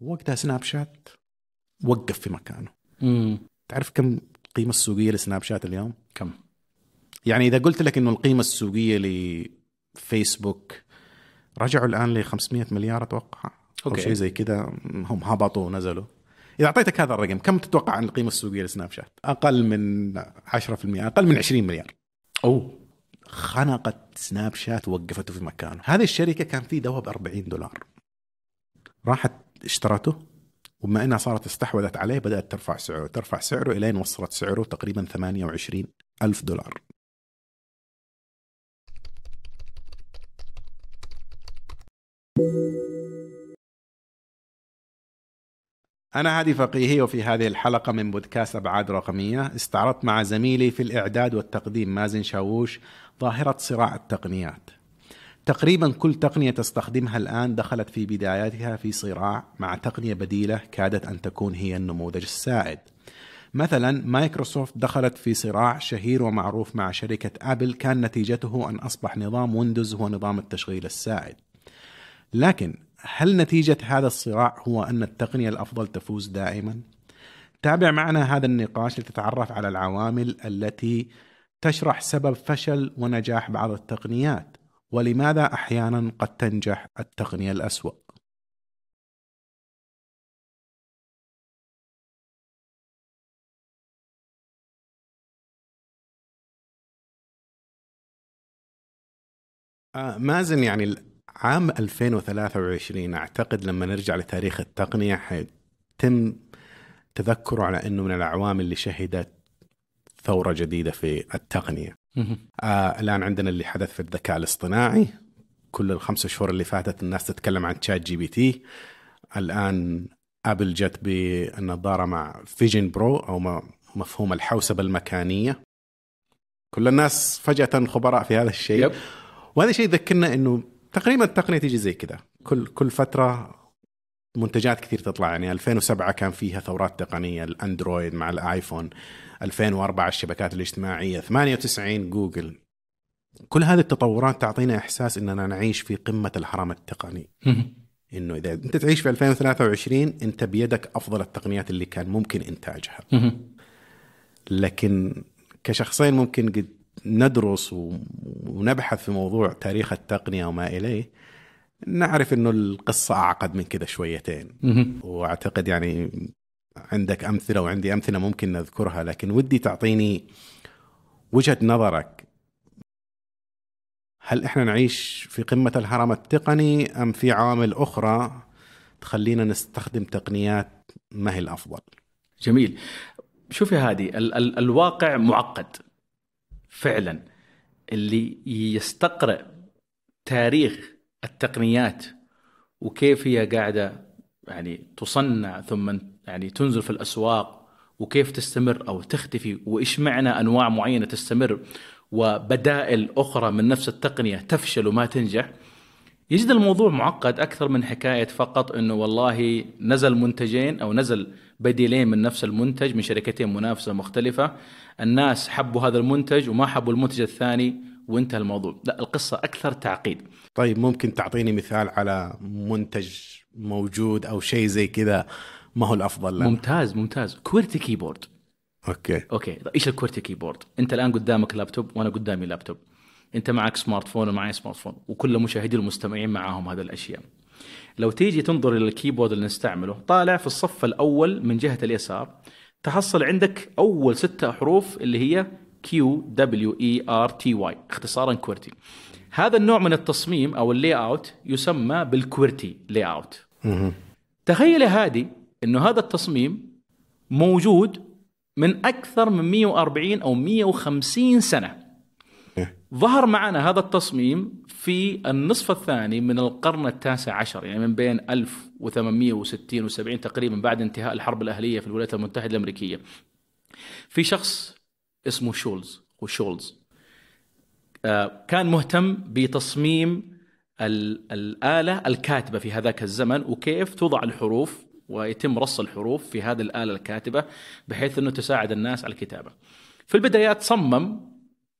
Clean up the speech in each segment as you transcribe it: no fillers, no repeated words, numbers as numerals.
وقتها سناب شات وقف في مكانه. تعرف كم القيمة السوقية لسناب شات اليوم؟ كم؟ يعني إذا قلت لك إنه القيمة السوقية لفيسبوك رجعوا الآن ل 500 مليار أتوقع أو شيء زي كده، هم هبطوا ونزلوا. إذا أعطيتك هذا الرقم كم تتوقع عن القيمة السوقية لسناب شات؟ أقل من 10%، أقل من 20 مليار. خنقت سناب شات ووقفته في مكانه. هذه الشركة كان في دواء $40، راحت اشترته، وبما أنها صارت استحوذت عليه بدأت ترفع سعره إلين وصلت سعره تقريبا $28,000. أنا هادي فقيهي، وفي هذه الحلقة من بودكاست أبعاد رقمية استعرضت مع زميلي في الإعداد والتقديم مازن شاووش ظاهرة صراع التقنيات. تقريبا كل تقنية تستخدمها الآن دخلت في بداياتها في صراع مع تقنية بديلة كادت أن تكون هي النموذج السائد. مثلا مايكروسوفت دخلت في صراع شهير ومعروف مع شركة أبل، كان نتيجته أن أصبح نظام ويندوز هو نظام التشغيل السائد. لكن هل نتيجة هذا الصراع هو أن التقنية الأفضل تفوز دائما؟ تابع معنا هذا النقاش لتتعرف على العوامل التي تشرح سبب فشل ونجاح بعض التقنيات، ولماذا أحيانا قد تنجح التقنية الأسوأ. مازن، يعني عام 2023 أعتقد لما نرجع لتاريخ التقنية حيتم تذكره على أنه من العوامل اللي شهدت ثورة جديدة في التقنية. الآن عندنا اللي حدث في الذكاء الاصطناعي، كل ال5 شهور اللي فاتت الناس تتكلم عن تشات جي بي تي. الآن أبل جت بالنظارة مع فيجن برو أو مفهوم الحوسبة المكانية. كل الناس فجأة خبراء في هذا الشيء. وهذا الشيء ذكرنا إنه تقريبا التقنية تيجي زي كده، كل فترة منتجات كثير تطلع. يعني 2007 كان فيها ثورات تقنية، الأندرويد مع الآيفون، 2004 الشبكات الاجتماعية، 98 جوجل. كل هذه التطورات تعطينا إحساس إننا نعيش في قمة الهرم التقني. إنه إذا أنت تعيش في 2023 أنت بيدك أفضل التقنيات اللي كان ممكن إنتاجها. لكن كشخصين ممكن قد ندرس ونبحث في موضوع تاريخ التقنية وما إليه، نعرف إنه القصة أعقد من كده شويتين. وأعتقد يعني عندك أمثلة وعندي أمثلة ممكن نذكرها، لكن ودي تعطيني وجهة نظرك. هل إحنا نعيش في قمة الهرم التقني أم في عوامل أخرى تخلينا نستخدم تقنيات ما هي الأفضل؟ جميل. شوف يا هادي، الواقع معقد فعلا. اللي يستقرأ تاريخ التقنيات وكيف هي قاعدة يعني تصنع ثم يعني تنزل في الأسواق، وكيف تستمر أو تختفي، وإيش معنى أنواع معينة تستمر وبدائل أخرى من نفس التقنية تفشل وما تنجح، يجد الموضوع معقد أكثر من حكاية فقط أنه والله نزل منتجين أو نزل بديلين من نفس المنتج من شركتين منافسة مختلفة، الناس حبوا هذا المنتج وما حبوا المنتج الثاني وانتهى الموضوع. لا، القصة أكثر تعقيد. طيب ممكن تعطيني مثال على منتج موجود أو شيء زي كذا ما هو الأفضل لنا؟ ممتاز. كويرتي كيبورد. أوكي. إيش الكويرتي كيبورد؟ أنت الآن قدامك لابتوب وأنا قدامي لابتوب، أنت معك سمارت فون ومعي سمارت فون، وكل مشاهدي المستمعين معهم هذا الأشياء. لو تيجي تنظر إلى الكيبورد اللي نستعمله، طالع في الصف الأول من جهة اليسار تحصل عندك أول 6 حروف اللي هي QWERTY، اختصارا كويرتي. هذا النوع من التصميم أو اللي أوت يسمى بالكويرتي لي أوت. تخيل هادي إنه هذا التصميم موجود من أكثر من 140 أو 150 سنة. ظهر معنا هذا التصميم في النصف الثاني من القرن ال19، يعني من بين 1860 و70 تقريبا، بعد انتهاء الحرب الأهلية في الولايات المتحدة الأمريكية. في شخص اسمه شولز كان مهتم بتصميم الآلة الكاتبة في هذاك الزمن، وكيف توضع الحروف ويتم رص الحروف في هذه الآلة الكاتبة بحيث أنه تساعد الناس على الكتابة. في البدايات صمم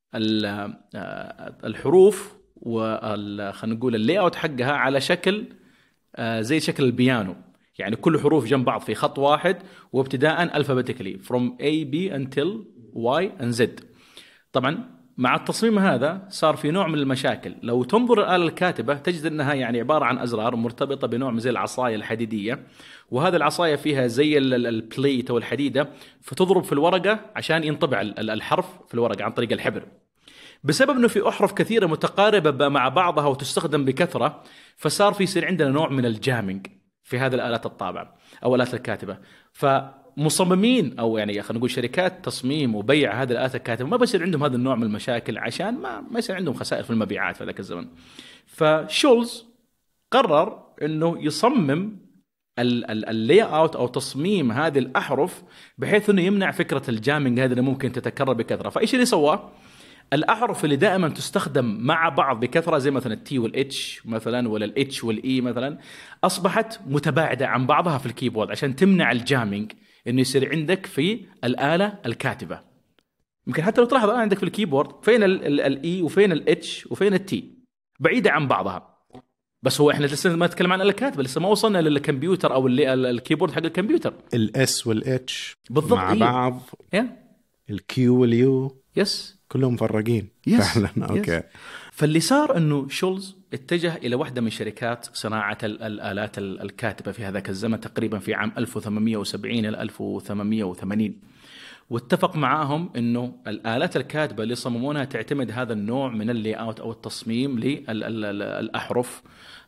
الحروف خلينا نقول اللي اوت حقها على شكل زي شكل البيانو، يعني كل حروف جنب بعض في خط واحد وابتداء alphabetically from A B until Y and Z. طبعا مع التصميم هذا صار في نوع من المشاكل. لو تنظر الآلة الكاتبة تجد أنها يعني عبارة عن أزرار مرتبطة بنوع من زي العصاية الحديدية، وهذا العصاية فيها زي البليت أو الحديدة، فتضرب في الورقة عشان ينطبع الحرف في الورقة عن طريق الحبر. بسبب أنه في أحرف كثيرة متقاربة مع بعضها وتستخدم بكثرة، فصار في يصير عندنا نوع من الجامينج في هذه الآلات الطابعة أو الآلات الكاتبة. فمصممين أو يعني خلينا نقول شركات تصميم وبيع هذه الآلات الكاتبة ما بيصير عندهم هذا النوع من المشاكل عشان ما يصير عندهم خسائر في المبيعات في ذاك الزمن. فشولز قرر أنه يصمم اللي اوت او تصميم هذه الاحرف بحيث انه يمنع فكره الجامينج هذه اللي ممكن تتكرر بكثره. فايش اللي سواه؟ الاحرف اللي دائما تستخدم مع بعض بكثره زي مثلا التي والاتش مثلا ولا الاتش والاي مثلا اصبحت متباعده عن بعضها في الكيبورد عشان تمنع الجامينج انه يصير عندك في الاله الكاتبه. يمكن حتى لو تلاحظ الان عندك في الكيبورد فين الاي وفين الاتش وفين التي بعيده عن بعضها، بس هو احنا لسه ما نتكلم عن الآلة الكاتبة، لسه ما وصلنا للكمبيوتر او الكيبورد حق الكمبيوتر. الاس والاتش مع إيه؟ بعض، الكيو واليو يس كلهم مفرقين فعلا. اوكي. فاللي صار انه شولز اتجه الى واحده من شركات صناعه الآلات الكاتبه في هذاك الزمن تقريبا في عام 1870 الى 1880، واتفق معاهم انه الآلات الكاتبه اللي صممونها تعتمد هذا النوع من اللي اوت او التصميم للاحرف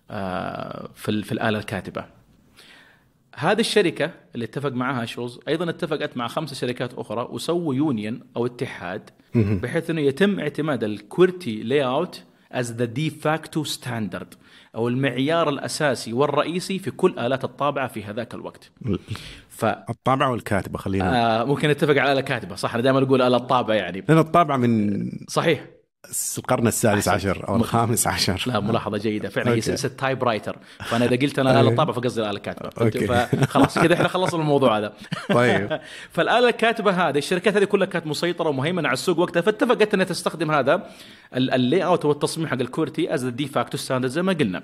في الآلة الكاتبه. هذه الشركة اللي اتفق معها شولز أيضا اتفقت مع 5 شركات أخرى وسووا يونيون أو اتحاد بحيث أنه يتم اعتماد الكويرتي لاي اوت as the de facto standard أو المعيار الأساسي والرئيسي في كل آلات الطابعة في هذاك الوقت. الطابعة والكاتبة خلينا ممكن نتفق على الآلة الكاتبة صح. أنا دائما أقول آلة الطابعة يعني لأن الطابعة من صحيح القرن السادس عشر أو الخامس عشر. لا ملاحظة جيدة فعلا. هي تايب رايتر، فأنا إذا قلت أنا آلة طابعة فقصدي الآلة الكاتبة. فخلاص كده إحنا خلصنا الموضوع هذا. طيب. فالآلة الكاتبة هذه الشركات هذه كلها كانت مسيطرة ومهيمنة على السوق وقتها، فاتفقت أنها تستخدم هذا اللي أوت والتصميم حق الكويرتي as the de facto standard زي ما قلنا،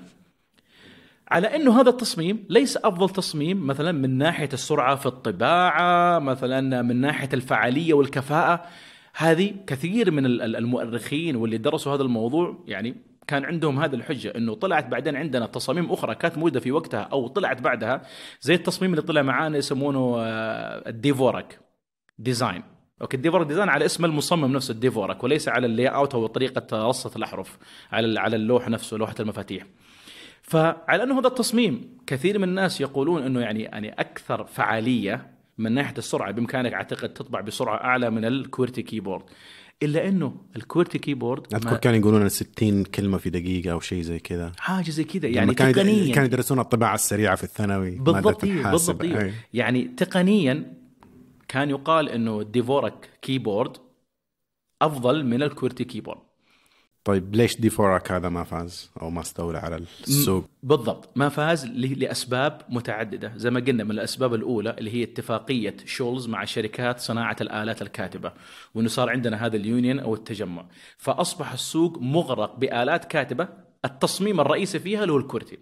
على أنه هذا التصميم ليس أفضل تصميم مثلا من ناحية السرعة في الطباعة، مثلا من ناحية الفعالية والكفاءة. هذه كثير من المؤرخين واللي درسوا هذا الموضوع يعني كان عندهم هذه الحجة، أنه طلعت بعدين عندنا تصاميم أخرى كانت موجودة في وقتها أو طلعت بعدها زي التصميم اللي طلع معانا يسمونه الديفورك ديزاين. أوكي، الديفورك ديزاين على اسم المصمم نفسه الديفورك وليس على اللي أوت أو طريقة رصة الأحرف على اللوح نفسه لوحة المفاتيح. فعلى أنه هذا التصميم كثير من الناس يقولون أنه يعني أكثر فعالية من ناحية السرعة، بإمكانك أعتقد تطبع بسرعة أعلى من الكويرتي كيبورد، إلا أنه الكويرتي كيبورد أذكر كانوا يقولون 60 كلمة في دقيقة أو شيء زي كذا، حاجة زي كذا يعني تقنيا. كانوا يدرسون الطباعة السريعة في الثانوي بالضبط. يعني تقنيا كان يقال أنه الديفورك كيبورد أفضل من الكويرتي كيبورد. طيب ليش ديفورك هذا ما فاز أو ما استولى على السوق؟ بالضبط، ما فاز لأسباب متعددة زي ما قلنا. من الأسباب الأولى اللي هي اتفاقية شولز مع شركات صناعة الآلات الكاتبة، وأنه صار عندنا هذا اليونيون أو التجمع، فأصبح السوق مغرق بآلات كاتبة التصميم الرئيسي فيها اللي هو الكويرتي.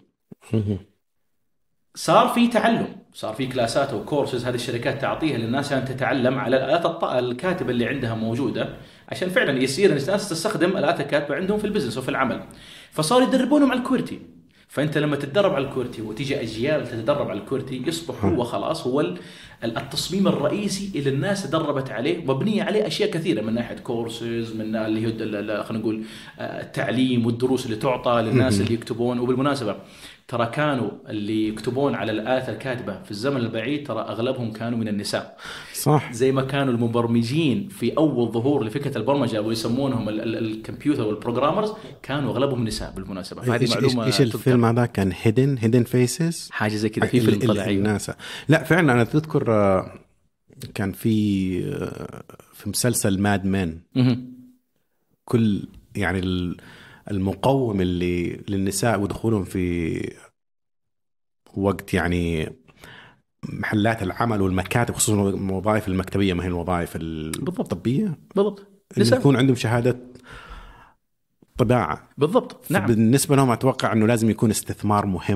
صار في تعلم، صار في كلاسات وكورسز هذه الشركات تعطيها للناس عشان تتعلم على الآلات الكاتبة اللي عندها موجودة، عشان فعلا يصير الناس تستخدم الآلات الكاتبة عندهم في البزنس وفي العمل. فصار يدربونهم على الكويرتي. فأنت لما تتدرب على الكويرتي وتيجي أجيال تتدرب على الكويرتي يصبح هو خلاص هو التصميم الرئيسي اللي الناس تدربت عليه، مبنية عليه أشياء كثيرة من ناحية كورسز، من اللي هو خلينا نقول التعليم والدروس اللي تعطى للناس اللي يكتبون. وبالمناسبة ترى كانوا اللي يكتبون على الآلات الكاتبة في الزمن البعيد ترى أغلبهم كانوا من النساء. صح. زي ما كانوا المبرمجين في أول ظهور لفكرة البرمجة ويسمونهم الكمبيوتر والبروجرامرز كانوا أغلبهم نساء بالمناسبة. هذه معلومة. إيش الفيلم هذا كان هيدن فيسز حاجة زي كذا، في فيلم طلع الناس. لا فعلا أنا تذكر كان في مسلسل ماد مان كل يعني المقوم اللي للنساء ودخولهم في وقت يعني محلات العمل والمكاتب، خصوصا الوظائف المكتبية ما هي الوظائف الطبية. بالضبط. يكون عندهم شهادة طباعة. بالضبط. نعم. بالنسبة لهم أتوقع أنه لازم يكون استثمار مهم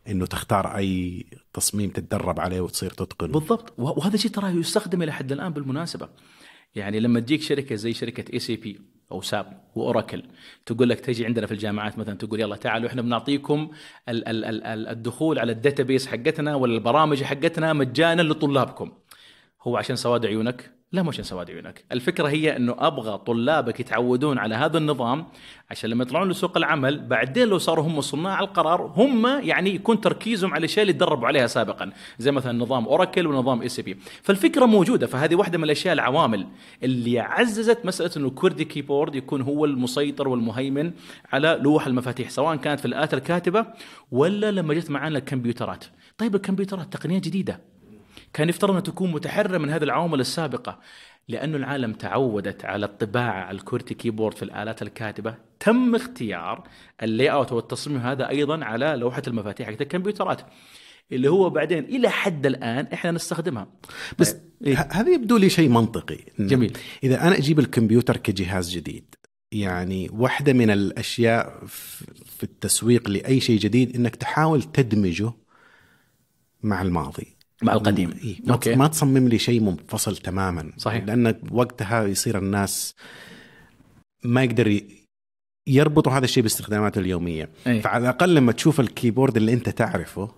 انه تختار اي تصميم تتدرب عليه وتصير تتقنه. بالضبط. وهذا شيء ترى يستخدم الى حد الان بالمناسبه. يعني لما تجيك شركه زي شركه SAP او ساب واوراكل تقول لك تجي عندنا في الجامعات مثلا تقول يلا تعالوا احنا بنعطيكم الدخول على الداتابيس حقتنا ولا البرامج حقتنا مجانا لطلابكم. هو عشان سواد عيونك؟ لا، مو عشان سواد عيونك. الفكرة هي أنه أبغى طلابك يتعودون على هذا النظام عشان لما يطلعون لسوق العمل بعدين لو صاروا هم صناع القرار هم يعني يكون تركيزهم على الأشياء اللي تدربوا عليها سابقا، زي مثلا نظام أوراكل ونظام SAP. فالفكرة موجودة. فهذه واحدة من الأشياء العوامل اللي عززت مسألة أنه كويردي كيبورد يكون هو المسيطر والمهيمن على لوح المفاتيح، سواء كانت في الآلات الكاتبة ولا لما جت معنا الكمبيوترات. طيب الكمبيوترات تقنية جديدة كان يفترض أن تكون متحررة من هذه العوامل السابقة، لأنه العالم تعودت على الطباعة على الكورتي كيبورد في الآلات الكاتبة. تم اختيار اللي اوت والتصميم هذا أيضا على لوحة المفاتيح حق الكمبيوترات اللي هو بعدين إلى حد الآن إحنا نستخدمها. بس هذا يبدو لي شيء منطقي. جميل. إذا أنا أجيب الكمبيوتر كجهاز جديد، يعني واحدة من الأشياء في التسويق لأي شيء جديد إنك تحاول تدمجه مع الماضي مع القديم. أوكي. ما تصمم لي شيء منفصل تماما. صحيح. لأن وقتها يصير الناس ما يقدر يربطوا هذا الشيء باستخداماته اليومية. فعلى الأقل لما تشوف الكيبورد اللي أنت تعرفه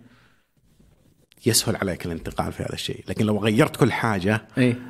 يسهل عليك الانتقال في هذا الشيء. لكن لو غيرت كل حاجة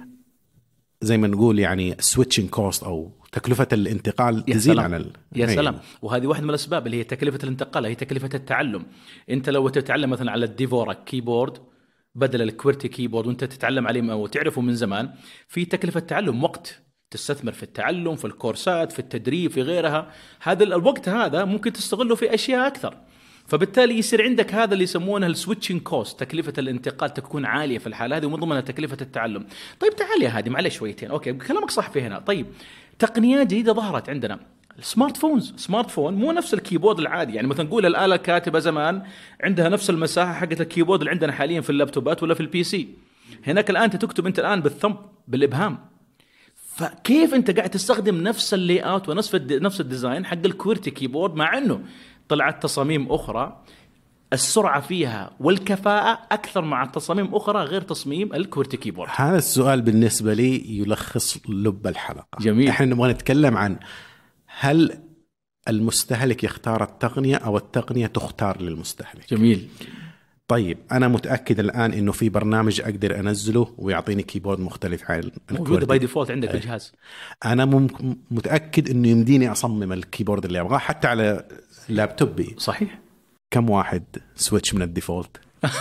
زي ما نقول يعني switching cost أو تكلفة الانتقال تزيد على يا سلام. وهذه واحدة من الأسباب اللي هي تكلفة الانتقال، هي تكلفة التعلم. أنت لو تتعلم مثلا على الديفورك كيبورد بدل الكويرتي كيبورد وأنت تتعلم عليه وتعرفه من زمان، في تكلفة تعلم، وقت تستثمر في التعلم، في الكورسات، في التدريب، في غيرها. هذا الوقت هذا ممكن تستغله في أشياء أكثر. فبالتالي يصير عندك هذا اللي يسمونه السويتشنج كوست، تكلفة الانتقال تكون عالية في الحالة هذه ومن ضمنها تكلفة التعلم. طيب تعال يا هادي معلش شويتين. أوكي كلامك صح في هنا. طيب تقنيات جديدة ظهرت عندنا، السمارت فونز. سمارت فون مو نفس الكيبورد العادي. يعني مثلا نقول الآلة الكاتبة زمان عندها نفس المساحة حقت الكيبورد اللي عندنا حاليا في اللابتوبات ولا في الPC. هناك الآن تكتب أنت الآن بالثمب بالإبهام. فكيف أنت قاعد تستخدم نفس اللي اوت ونفس الديزاين حق الكويرتي كيبورد، مع أنه طلعت تصاميم أخرى السرعة فيها والكفاءة أكثر مع تصاميم أخرى غير تصميم الكويرتي كيبورد؟ هذا السؤال بالنسبة لي يلخص لب الحلقة. جميل. احنا نبغى نتكلم عن هل المستهلك يختار التقنية أو التقنية تختار للمستهلك. جميل. طيب أنا متأكد الآن إنه في برنامج أقدر أنزله ويعطيني كيبورد مختلف عن موجود باي ديفولت عندك في الجهاز. أنا متأكد إنه يمديني أصمم الكيبورد اللي أبغاه حتى على لابتوبي. صحيح. كم واحد سويتش من الديفولت؟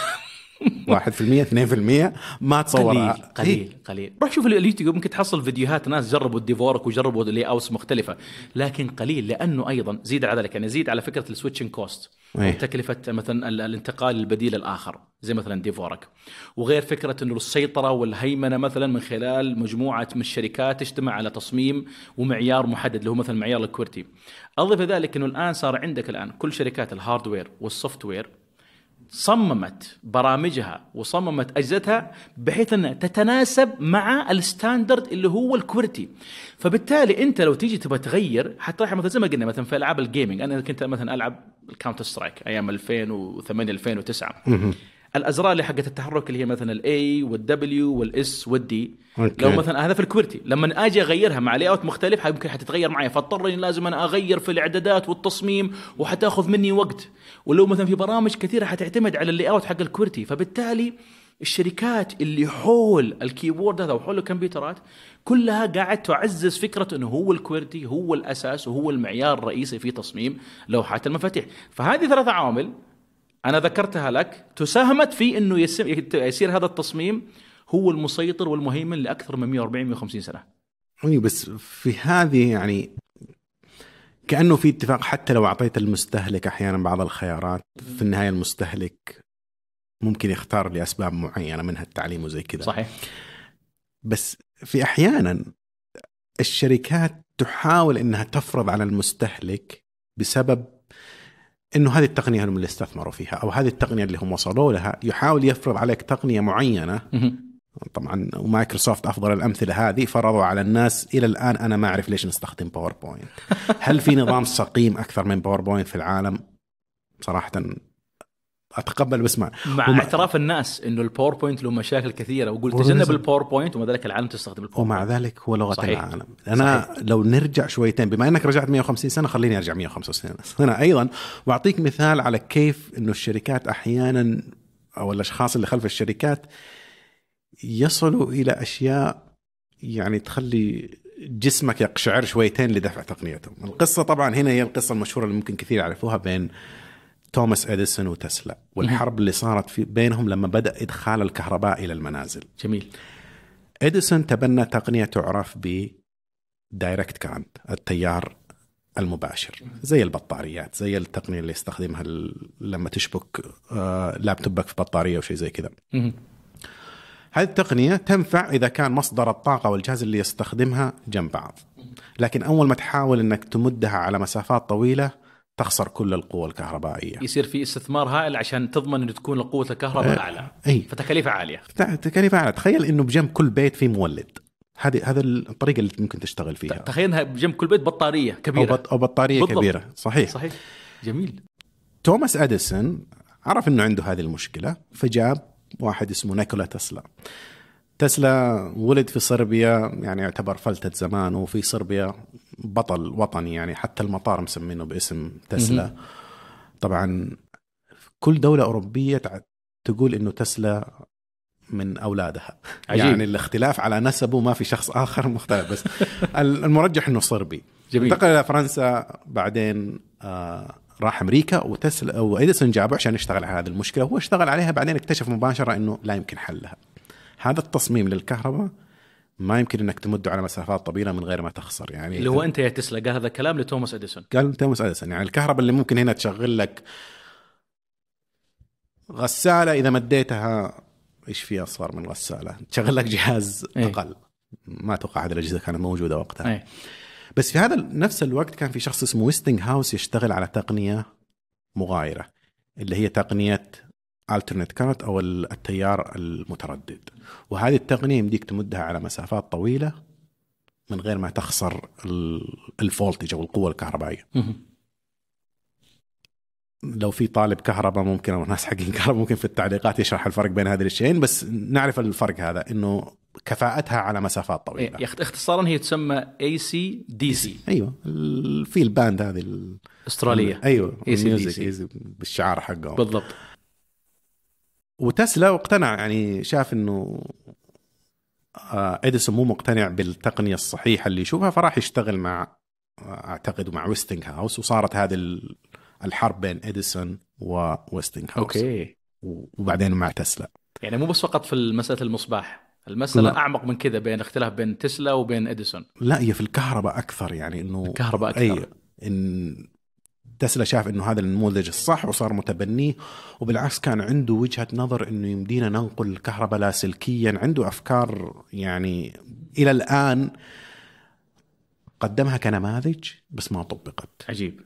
1%، 2%، ما تصور. قليل. روح شوف اليوتيوب ممكن تحصل فيديوهات ناس جربوا الديفورك وجربوا اللي اوس مختلفة، لكن قليل. لأنه أيضا زيد على ذلك يعني زيد على فكرة السويتشنج كوست وتكلفة مثلا الانتقال البديل الآخر زي مثلا ديفورك، وغير فكرة إنه السيطرة والهيمنة مثلا من خلال مجموعة من الشركات تجتمع على تصميم ومعيار محدد اللي هو مثلا معيار الكويرتي. أضف ذلك إنه الآن صار عندك الآن كل شركات الهاردوير والسوفتوير صممت برامجها وصممت أجهزتها بحيث أنها تتناسب مع الستاندرد اللي هو الكويرتي. فبالتالي أنت لو تيجي تبغى تغير حتى مثلا زي ما قلنا مثلا في ألعاب الجيمينج، أنا كنت مثلا ألعب الكاونتر سترايك أيام 2008 2009 الأزرار اللي حقت التحرك اللي هي مثلا الA والW والS والD لو مثلا هذا في الكويرتي لما أجي أغيرها مع لاyout مختلف ممكن حتتغير معي، فاضطر إن لازم أنا أغير في الإعدادات والتصميم وحتاخذ مني وقت. ولو مثلا في برامج كثيرة حتعتمد على اللاyout حق الكويرتي. فبالتالي الشركات اللي حول الكيبورد هذا وحول الكمبيوترات كلها قاعد تعزز فكرة أنه هو الكويرتي هو الأساس وهو المعيار الرئيسي في تصميم لوحات المفاتيح. فهذه ثلاثة عوامل أنا ذكرتها لك تساهمت في أنه يصير هذا التصميم هو المسيطر والمهيمن لأكثر من 140-150 سنة. بس في هذه يعني كأنه في اتفاق حتى لو أعطيت المستهلك أحيانا بعض الخيارات في النهاية المستهلك ممكن يختار لأسباب معينة منها التعليم وزي كذا. صحيح. بس في أحيانا الشركات تحاول أنها تفرض على المستهلك بسبب إنه هذه التقنية هم اللي استثمروا فيها أو هذه التقنية اللي هم وصلوا لها، يحاول يفرض عليك تقنية معينة. طبعا ومايكروسوفت أفضل الأمثلة هذه، فرضوا على الناس إلى الآن أنا ما أعرف ليش نستخدم باوربوينت. هل في نظام سقيم أكثر من باوربوينت في العالم؟ صراحة اتقبل بس مع اعتراف الناس انه الباوربوينت له مشاكل كثيره، وقول تجنب الباوربوينت، ومع ذلك العالم تستخدم الباوربوينت، ومع ذلك هو لغه صحيح. العالم. انا صحيح. لو نرجع شويتين، بما انك رجعت 150 سنه خليني ارجع 150 سنه ايضا، واعطيك مثال على كيف انه الشركات احيانا او الاشخاص اللي خلف الشركات يصلوا الى اشياء يعني تخلي جسمك يقشعر شويتين لدفع تقنيتهم. القصه طبعا هنا هي القصه المشهوره اللي ممكن كثير يعرفوها بين توماس إديسون وتسلا، والحرب اللي صارت في بينهم لما بدأ إدخال الكهرباء إلى المنازل. جميل. إديسون تبنى تقنية تعرف ب دايركت كارنت، التيار المباشر، زي البطاريات، زي التقنية اللي يستخدمها لما تشبك لابتوبك في بطارية أو شيء زي كذا. هذه التقنية تنفع إذا كان مصدر الطاقة والجهاز اللي يستخدمها جنب بعض، لكن أول ما تحاول أنك تمدها على مسافات طويلة تخسر كل القوة الكهربائية. يصير في استثمار هائل عشان تضمن أن تكون قوة الكهرباء أعلى. فتكاليفها عالية. تكاليفها عالية. تخيل إنه بجنب كل بيت في مولد. هذا الطريقة اللي ممكن تشتغل فيها. تخيلها بجنب كل بيت بطارية كبيرة أو بطارية بالضبط. كبيرة. صحيح. جميل. توماس إديسون عرف إنه عنده هذه المشكلة، فجاب واحد اسمه نيكولا تسلا. تسلا ولد في صربيا، يعني يعتبر فلتة زمان، وفي صربيا بطل وطني، يعني حتى المطار مسمينه باسم تسلا. طبعا كل دولة أوروبية تقول إنه تسلا من أولادها. عجيب. يعني الاختلاف على نسبه، ما في شخص آخر مختلف، بس المرجح إنه صربي. جميل. انتقل إلى فرنسا، بعدين راح أمريكا، وتسلا وإديسون جابه عشان يشتغل على هذه المشكلة. هو اشتغل عليها، بعدين اكتشف مباشرة إنه لا يمكن حلها. هذا التصميم للكهرباء ما يمكن انك تمده على مسافات طويله من غير ما تخسر. يعني اللي هو انت يا تسلا قال هذا الكلام لتوماس اديسون. قال توماس اديسون يعني الكهرباء اللي ممكن هنا تشغل لك غساله، اذا مديتها ايش فيها صار من غساله، تشغل لك جهاز اقل. ما توقع هذه الاجهزه كانت موجوده وقتها. بس في هذا نفس الوقت كان في شخص اسمه ويستنج هاوس يشتغل على تقنيه مغايره، اللي هي تقنيه alternate current أو التيار المتردد. وهذه التقنية يمديك تمدها على مسافات طويلة من غير ما تخسر الفولتج أو القوة الكهربائية. لو في طالب كهرباء ممكن، أو ناس حقين كهرباء ممكن في التعليقات يشرح الفرق بين هذه الشيئين، بس نعرف الفرق هذا، إنه كفاءتها على مسافات طويلة. اختصارا هي تسمى AC DC. أيوة، في الباند هذه الأسترالية. أيوة، الميوزك بالشعار حقه بالضبط. وتسلا اقتنع، يعني شاف انه اديسون مو مقتنع بالتقنيه الصحيحه اللي يشوفها، فراح يشتغل مع اعتقد مع ويستنج هاوس، وصارت هذه الحرب بين اديسون وويستنج هاوس. اوكي. وبعدين مع تسلا. يعني مو بس فقط في مساله المصباح، المساله لا. اعمق من كذا، بين اختلاف بين تسلا وبين اديسون. لا، هي في الكهرباء اكثر، يعني انه الكهرباء اكثر. ان تسلا شاف انه هذا النموذج الصح وصار متبنيه، وبالعكس كان عنده وجهة نظر انه يمدينا ننقل الكهرباء لاسلكيا. عنده افكار يعني الى الان قدمها كنماذج بس ما طبقت. عجيب.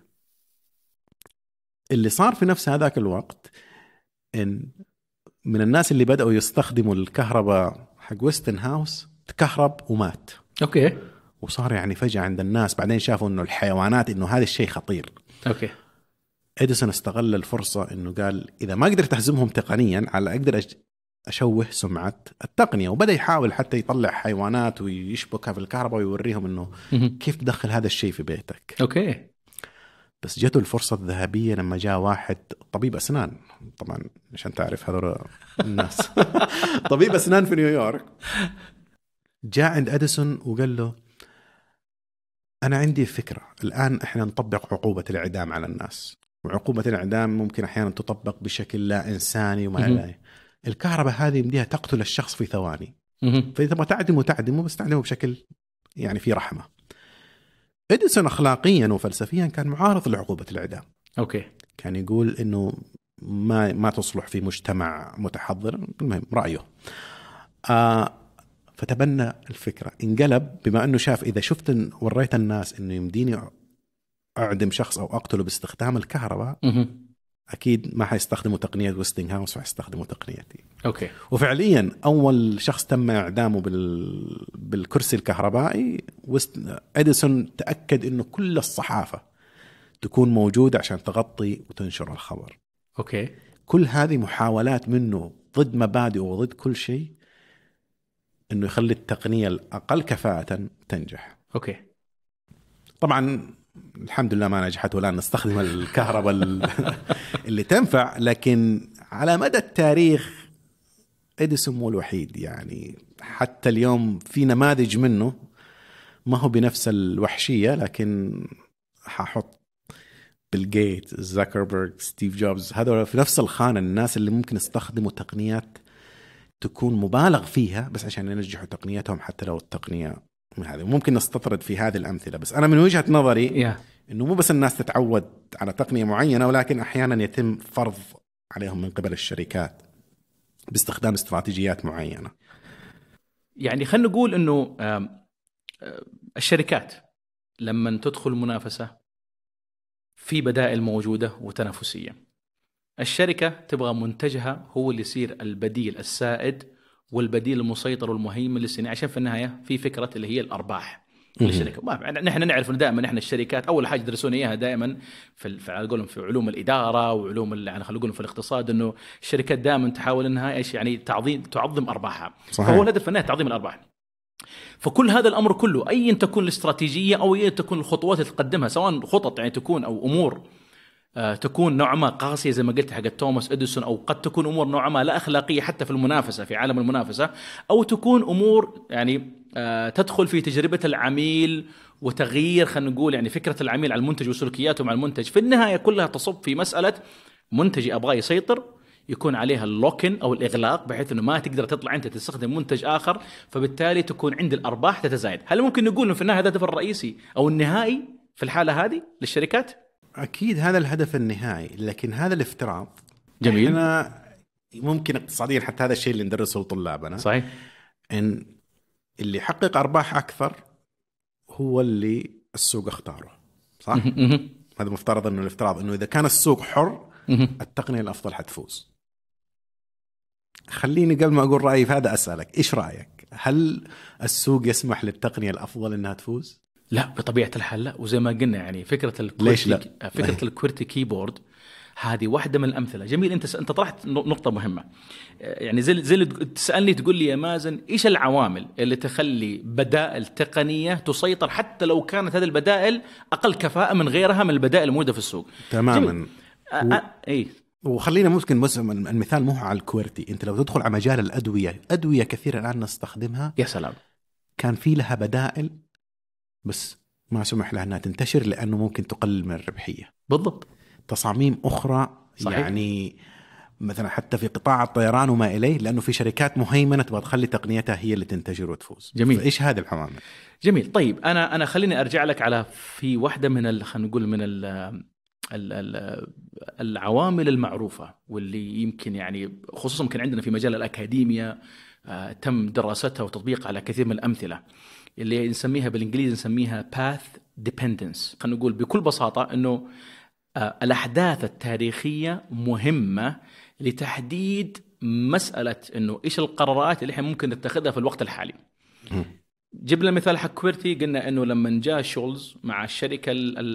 اللي صار في نفس هذاك الوقت ان من الناس اللي بدأوا يستخدموا الكهرباء حق ويستن هاوس تكهرب ومات. اوكي. وصار يعني فجأة عند الناس، بعدين شافوا انه الحيوانات انه هذا الشيء خطير. اوكي. إديسون استغل الفرصة إنه قال إذا ما قدرت أهزمهم تقنيا، على أقدر أشوه سمعة التقنية. وبدأ يحاول حتى يطلع حيوانات ويشبكها في الكهرباء ويوريهم إنه كيف تدخل هذا الشيء في بيتك. أوكي. بس جاته الفرصة الذهبية لما جاء واحد طبيب أسنان، طبعا عشان تعرف هذول الناس طبيب أسنان في نيويورك، جاء عند إديسون وقال له أنا عندي فكرة، الآن إحنا نطبق عقوبة الإعدام على الناس، وعقوبة الإعدام ممكن أحيانا تطبق بشكل لا إنساني وما إلى. الكهرباء هذه يمديها تقتل الشخص في ثواني، فإذا ما تعدمه بس تعدمه بشكل يعني في رحمة. إديسون أخلاقيا وفلسفيا كان معارض لعقوبة الإعدام. أوكي. كان يقول إنه ما تصلح في مجتمع متحضر، المهم رأيه. فتبنى الفكرة، انقلب بما أنه شاف إذا شفت وريت الناس إنه يمديني أعدم شخص أو أقتله باستخدام الكهرباء، أكيد ما حيستخدموا تقنية ويستنج هاوس، حيستخدموا تقنيتي. أوكي. وفعليا أول شخص تم إعدامه بالكرسي الكهربائي إديسون تأكد إنه كل الصحافة تكون موجودة عشان تغطي وتنشر الخبر. أوكي. كل هذه محاولات منه ضد مبادئه وضد كل شيء، انه يخلي التقنيه الاقل كفاءه تنجح. اوكي. طبعا الحمد لله ما نجحت ولا نستخدم الكهرباء اللي تنفع، لكن على مدى التاريخ إديسون مو الوحيد. يعني حتى اليوم في نماذج منه ما هو بنفس الوحشية، لكن هحط بيل جيت، زاكربيرج، ستيف جوبز، هذول في نفس الخانة، الناس اللي ممكن يستخدموا تقنيات تكون مبالغ فيها بس عشان ينجحوا تقنياتهم، حتى لو التقنية هذه. ممكن نستطرد في هذه الأمثلة، بس أنا من وجهة نظري إنه مو بس الناس تتعود على تقنية معينة، ولكن أحيانا يتم فرض عليهم من قبل الشركات باستخدام استراتيجيات معينة. يعني خلينا نقول إنه الشركات لما تدخل منافسة في بدائل موجودة وتنافسية، الشركة تبغى منتجها هو اللي يصير البديل السائد والبديل المسيطر والمهيمن للصناعة، عشان في النهاية في فكرة اللي هي الأرباح للشركة. نحن نعرف إنه دائما نحن الشركات أول حاجة درسونا إياها دائما في علوم الإدارة وعلوم يعني خلينا نقول في الاقتصاد، إنه الشركات دائما تحاول إنها إيش يعني تعظم أرباحها. صحيح. فهو الهدف في النهاية تعظيم الأرباح. فكل هذا الأمر كله أي تكون الاستراتيجية أو أي تكون الخطوات اللي تقدمها، سواء خطط يعني تكون أو أمور تكون نوعا ما قاسية زي ما قلت حق توماس إديسون، أو قد تكون أمور نوعا ما لا أخلاقية حتى في المنافسة في عالم المنافسة، أو تكون أمور يعني تدخل في تجربة العميل وتغيير خلينا نقول يعني فكرة العميل على المنتج وسلوكياته مع المنتج. في النهاية كلها تصب في مسألة منتجي أبغى يسيطر، يكون عليها اللوكن أو الإغلاق بحيث أنه ما تقدر تطلع أنت تستخدم منتج آخر، فبالتالي تكون عند الأرباح تتزايد. هل ممكن نقول أنه في النهاية هذا الهدف الرئيسي أو النهائي في الحالة هذه للشركات؟ أكيد هذا الهدف النهائي، لكن هذا الافتراض جميل. احنا ممكن اقتصاديا حتى هذا الشيء اللي ندرسه لطلابنا، صحيح، إن اللي يحقق أرباح أكثر هو اللي السوق اختاره، صح؟ هذا مفترض إنه الافتراض إنه إذا كان السوق حر التقنية الأفضل حتفوز. خليني قبل ما أقول رأيي في هذا أسألك إيش رأيك؟ هل السوق يسمح للتقنية الأفضل إنها تفوز؟ لا بطبيعة الحال لا. وزي ما قلنا يعني فكرة الكويرتي كيبورد هذه واحدة من الأمثلة. جميل. أنت طرحت نقطة مهمة، يعني زي اللي تسألني تقول لي يا مازن إيش العوامل اللي تخلي بدائل تقنية تسيطر حتى لو كانت هذه البدائل أقل كفاءة من غيرها من البدائل الموجودة في السوق. تماما. إيه. وخلينا ممكن المثال مو على الكويرتي، أنت لو تدخل على مجال أدوية كثيرة الآن نستخدمها، يا سلام، كان في لها بدائل بس ما سمح لها أنها تنتشر لأنه ممكن تقلل من الربحية. بالضبط. تصاميم أخرى. صحيح. يعني مثلا حتى في قطاع الطيران وما إليه، لأنه في شركات مهيمنة تبغى تخلي تقنيتها هي اللي تنتشر وتفوز. جميل. فإيش هذه العوامل؟ جميل. طيب أنا خليني أرجع لك على في واحدة من خلينا نقول من العوامل المعروفة واللي يمكن يعني خصوصا يمكن عندنا في مجال الأكاديمية تم دراستها وتطبيقها على كثير من الأمثلة، اللي نسميها بالإنجليزي نسميها path dependence. خلينا نقول بكل بساطة إنه الأحداث التاريخية مهمة لتحديد مسألة إنه إيش القرارات اللي إحنا ممكن نتخذها في الوقت الحالي. جبنا مثال حق كويرتي، قلنا إنه لما جاء شولز مع الشركة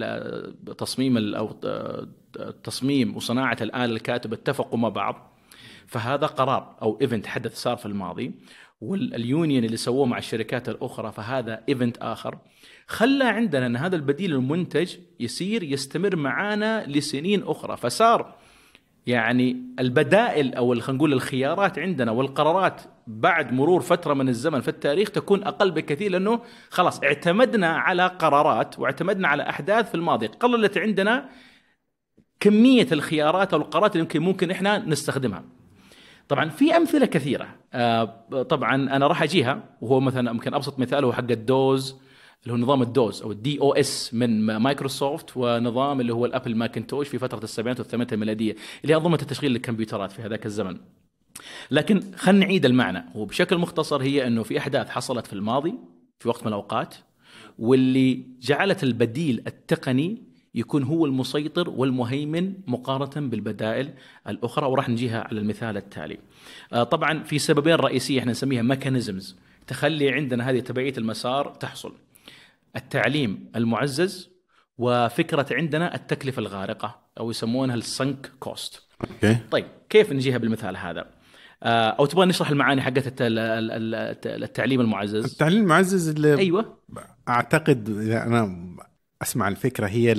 تصميم وصناعة الآلة الكاتبة اتفقوا مع بعض، فهذا قرار أو إيفنت حدث صار في الماضي، واليونيون اللي سووه مع الشركات الأخرى فهذا إيفنت آخر، خلى عندنا أن هذا البديل المنتج يستمر معانا لسنين أخرى. فصار يعني البدائل أو خلينا نقول الخيارات عندنا والقرارات بعد مرور فترة من الزمن في التاريخ تكون أقل بكثير، لأنه خلاص اعتمدنا على قرارات واعتمدنا على أحداث في الماضي، قللت عندنا كمية الخيارات أو القرارات اللي ممكن إحنا نستخدمها. طبعا في أمثلة كثيرة، طبعا أنا راح أجيها، وهو مثلا ممكن أبسط مثال هو حق الدوز اللي هو نظام الدوز أو DOS من مايكروسوفت، ونظام اللي هو الأبل ماكنتوش في فترة السبعينات والثمانينات الميلادية اللي هي أنظمة التشغيل للكمبيوترات في هذاك الزمن. لكن خلينا نعيد المعنى، وبشكل مختصر هي أنه في أحداث حصلت في الماضي في وقت من الأوقات، واللي جعلت البديل التقني يكون هو المسيطر والمهيمن مقارنة بالبدائل الأخرى، وراح نجيها على المثال التالي. طبعا في سببين رئيسية احنا نسميها ميكانيزمز تخلي عندنا هذه تبعية المسار تحصل: التعليم المعزز، وفكرة عندنا التكلفة الغارقة أو يسمونها السنك كوست. okay. طيب كيف نجيها بالمثال هذا؟ او تبغى نشرح المعاني حقت التعليم المعزز؟ التعليم المعزز اللي ايوه اعتقد اذا انا اسمع الفكره هي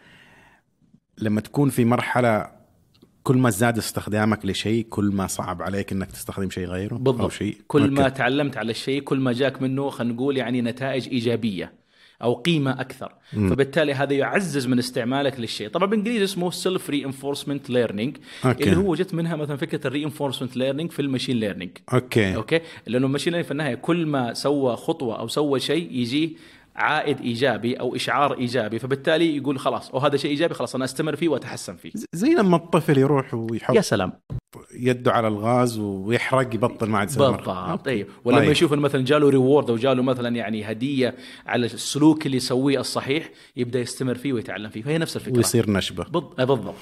لما تكون في مرحله كل ما زاد استخدامك لشيء كل ما صعب عليك انك تستخدم شيء غيره. بالضبط. أو شيء كل ما تعلمت على الشيء كل ما جاك منه خلينا نقول يعني نتائج ايجابيه او قيمه اكثر. فبالتالي هذا يعزز من استعمالك للشيء. طبعا بالانجليزي اسمه سيلف رينفورسمنت ليرنينج، اللي هو جت منها مثلا فكره الرينفورسمنت ليرنينج في الماشين ليرنينج. اوكي لانه الماشين ليرنينج في النهايه كل ما سوى خطوه او سوى شيء يجي عائد ايجابي او اشعار ايجابي، فبالتالي يقول خلاص او هذا شيء ايجابي خلاص انا استمر فيه واتحسن فيه. زي لما الطفل يروح ويحط يا سلام يده على الغاز ويحرق يبطل ما عاد يسوي. بالضبط. ايوه ولما يشوف مثلا جاله ريورد او جاله مثلا يعني هديه على السلوك اللي يسويه الصحيح يبدا يستمر فيه ويتعلم فيه. فهي نفس الفكره ويصير نشبه. بالضبط.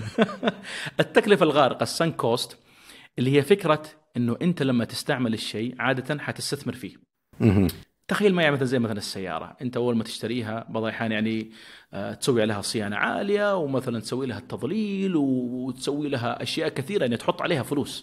التكلفه الغارقه السن كوست اللي هي فكره انه انت لما تستعمل الشيء عاده حتستثمر فيه. تخيل معي مثلا زي مثلا السيارة، أنت أول ما تشتريها بعض الأحيان يعني تسوي لها صيانة عالية ومثلا تسوي لها التظليل وتسوي لها أشياء كثيرة يعني تحط عليها فلوس.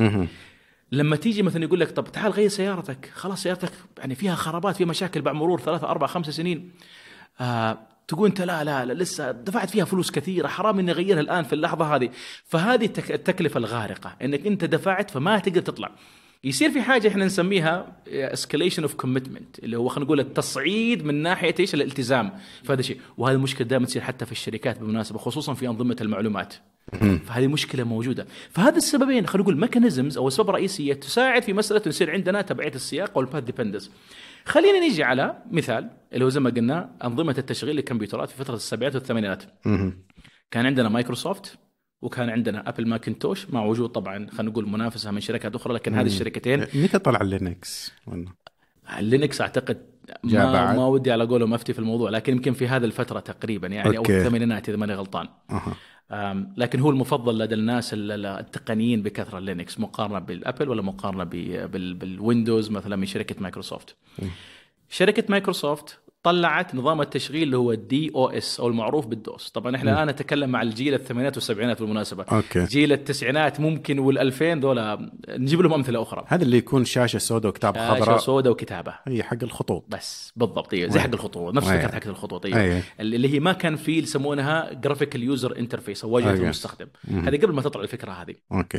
لما تيجي مثلا يقول لك طب تعال غير سيارتك، خلاص سيارتك يعني فيها خرابات فيها مشاكل بعد مرور 3 4 5 سنين، تقول أنت لا لسه دفعت فيها فلوس كثيرة حرام إني أغيرها الآن في اللحظة هذه. فهذه التكلفة الغارقة إنك أنت دفعت فما تقدر تطلع. يصير في حاجة إحنا نسميها escalation of commitment اللي هو خلينا نقول التصعيد من ناحية إيش الالتزام في هذا الشيء. وهذه المشكلة دائما تصير حتى في الشركات بالمناسبة خصوصا في أنظمة المعلومات. فهذه مشكلة موجودة. فهذا السببين خلينا نقول ميكانيزمز أو أسباب رئيسية تساعد في مسألة يصير عندنا تبعية السياق والباث ديبندنس. خلينا نيجي على مثال اللي هو زي ما قلنا أنظمة التشغيل للكمبيوترات في فترة السبعينات والثمانينات. كان عندنا مايكروسوفت وكان عندنا ابل ماكنتوش مع وجود طبعا خلينا نقول منافسه من شركات اخرى، لكن هذه الشركتين متى طلع لينكس؟ لينكس اعتقد ما ودي على قولهم افتي في الموضوع، لكن يمكن في هذه الفتره تقريبا يعني او الثمانينات اذا ماني غلطان. لكن هو المفضل لدى الناس التقنيين بكثره لينكس مقارنه بالابل ولا مقارنه بالويندوز مثلا من شركه مايكروسوفت. شركه مايكروسوفت طلعت نظام التشغيل اللي هو DOS أو المعروف بالدوس. طبعا احنا الآن نتكلم مع الجيل الثمانينات والسبعينات بالمناسبة. جيل التسعينات ممكن والألفين دول نجيب لهم أمثلة أخرى. هذا اللي يكون شاشة سوداء وكتاب خضراء. شاشة سوداء وكتابة هي حق الخطوط بس بالضبط. زي حق الخطوط نفس فكرة حق الخطوط. اللي هي ما كان فيه يسمونها جرافيكال يوزر انترفيس أو واجهة المستخدم. هذه قبل ما تطلع الفكرة هذه.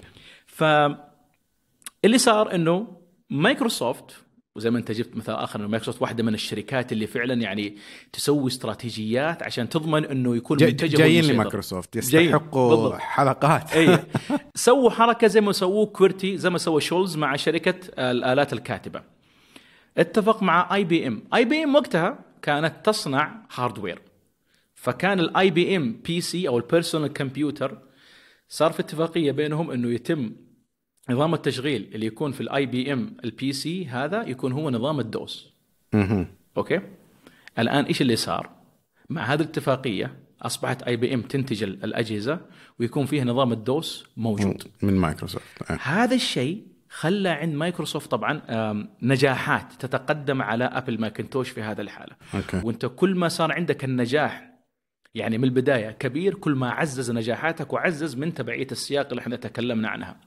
فاللي صار إنه مايكروسوفت وزي ما انت جبت مثال اخر انه مايكروسوفت واحده من الشركات اللي فعلا يعني تسوي استراتيجيات عشان تضمن انه يكون منتجهم جايين لمايكروسوفت يستحقوا حلقات. سووا حركه زي ما سووا كويرتي زي ما سوى شولز مع شركه الآلات الكاتبه. اتفق مع IBM وقتها كانت تصنع هاردوير، فكان الIBM PC او البيرسونال كمبيوتر صار في اتفاقيه بينهم انه يتم نظام التشغيل اللي يكون في IBM PC هذا يكون هو نظام الدوس. اوكي الان ايش اللي صار مع هذه الاتفاقيه؟ اصبحت IBM تنتج الاجهزه ويكون فيها نظام الدوس موجود من مايكروسوفت. هذا الشيء خلى عند مايكروسوفت طبعا نجاحات تتقدم على ابل ماكنتوش في هذا الحاله. وانت كل ما صار عندك النجاح يعني من البدايه كبير كل ما عزز نجاحاتك وعزز من تبعيه السياق اللي احنا تكلمنا عنها.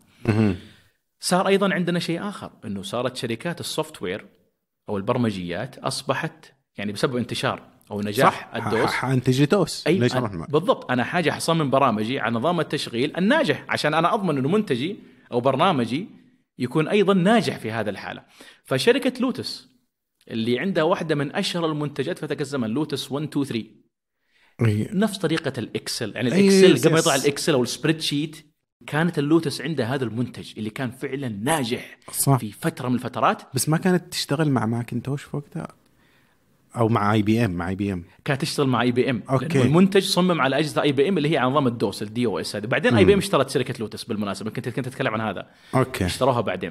صار أيضا عندنا شيء آخر أنه صارت شركات السوفت وير أو البرمجيات أصبحت يعني بسبب انتشار أو نجاح الدوس أنتج دوس. بالضبط أنا حاجة حصمم برامجي على نظام التشغيل الناجح عشان أنا أضمن أنه منتجي أو برنامجي يكون أيضا ناجح في هذا الحالة. فشركة لوتس اللي عندها واحدة من أشهر المنتجات في ذاك الزمن لوتس 1 2 3 نفس طريقة الإكسل يعني الإكسل قبل يطلع الإكسل أو السبريد شيت كانت اللوتس عندها هذا المنتج اللي كان فعلا ناجح في فترة من الفترات. بس ما كانت تشتغل مع ماكنتوش في وقتها أو مع IBM كانت تشتغل مع IBM. المنتج صمم على أجهزة IBM اللي هي على نظام الدوس DOS هذا. بعدين IBM اشترت شركة لوتس بالمناسبة كنت أتكلم عن هذا. اشتروها بعدين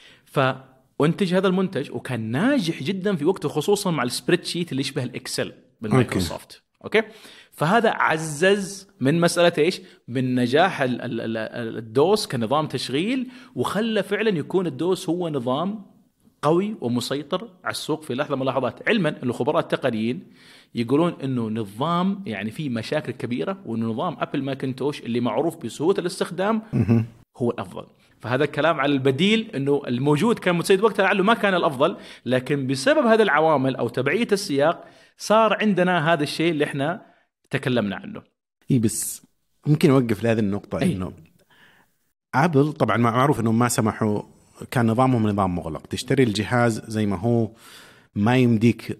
فانتج هذا المنتج وكان ناجح جدا في وقته خصوصا مع السبريد شيت اللي يشبه الإكسل بالمايكروسوفت. أوكي فهذا عزز من مسألة إيش من نجاح الدوس كنظام تشغيل وخلى فعلا يكون الدوس هو نظام قوي ومسيطر على السوق في لحظة من اللحظات. علما أن الخبراء التقنيين يقولون أنه نظام يعني فيه مشاكل كبيرة وأنه نظام أبل ماكنتوش اللي معروف بسهولة الاستخدام هو الافضل. فهذا الكلام على البديل انه الموجود كان متسيد وقتها لعله ما كان الافضل، لكن بسبب هذه العوامل او تبعيه السياق صار عندنا هذا الشيء اللي احنا تكلمنا عنه. اي بس ممكن اوقف لهذه النقطه انه ابل طبعا معروف انهم ما سمحوا، كان نظامهم نظام مغلق، تشتري الجهاز زي ما هو، ما يمديك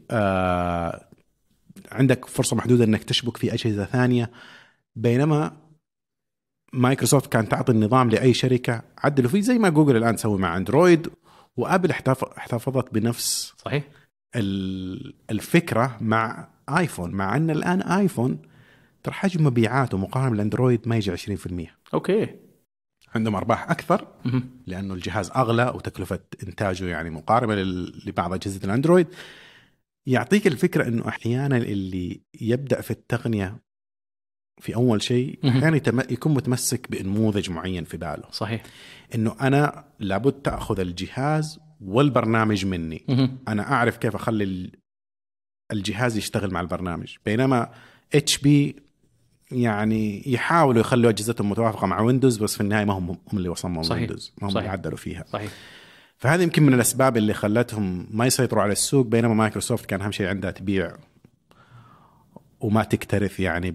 عندك فرصه محدوده انك تشبك في اجهزه ثانيه. بينما مايكروسوفت كان تعطي النظام لاي شركه عدلوا فيه زي ما جوجل الان تسوي مع اندرويد، وابل احتفظت بنفس صحيح الفكره مع ايفون، مع ان الان ايفون ترى حجم مبيعاته مقارنه بالاندرويد ما يجي 20%. اوكي، عندهم ارباح اكثر لانه الجهاز اغلى وتكلفه انتاجه يعني مقاربه لبعض اجهزه الاندرويد. يعطيك الفكره انه احيانا اللي يبدا في التقنيه في اول شيء احيانا يكون متمسك بنموذج معين في باله. صحيح، انه انا لابد تاخذ الجهاز والبرنامج مني، انا اعرف كيف اخلي الجهاز يشتغل مع البرنامج. بينما اتش بي يعني يحاولوا يخلوا اجهزتهم متوافقه مع ويندوز، بس في النهايه ما هم اللي وصمموا ويندوز، ما هم اللي عدلوا فيها. صحيح. فهذه يمكن من الاسباب اللي خلتهم ما يسيطروا على السوق. بينما مايكروسوفت كان اهم شيء عندها تبيع وما تكترث يعني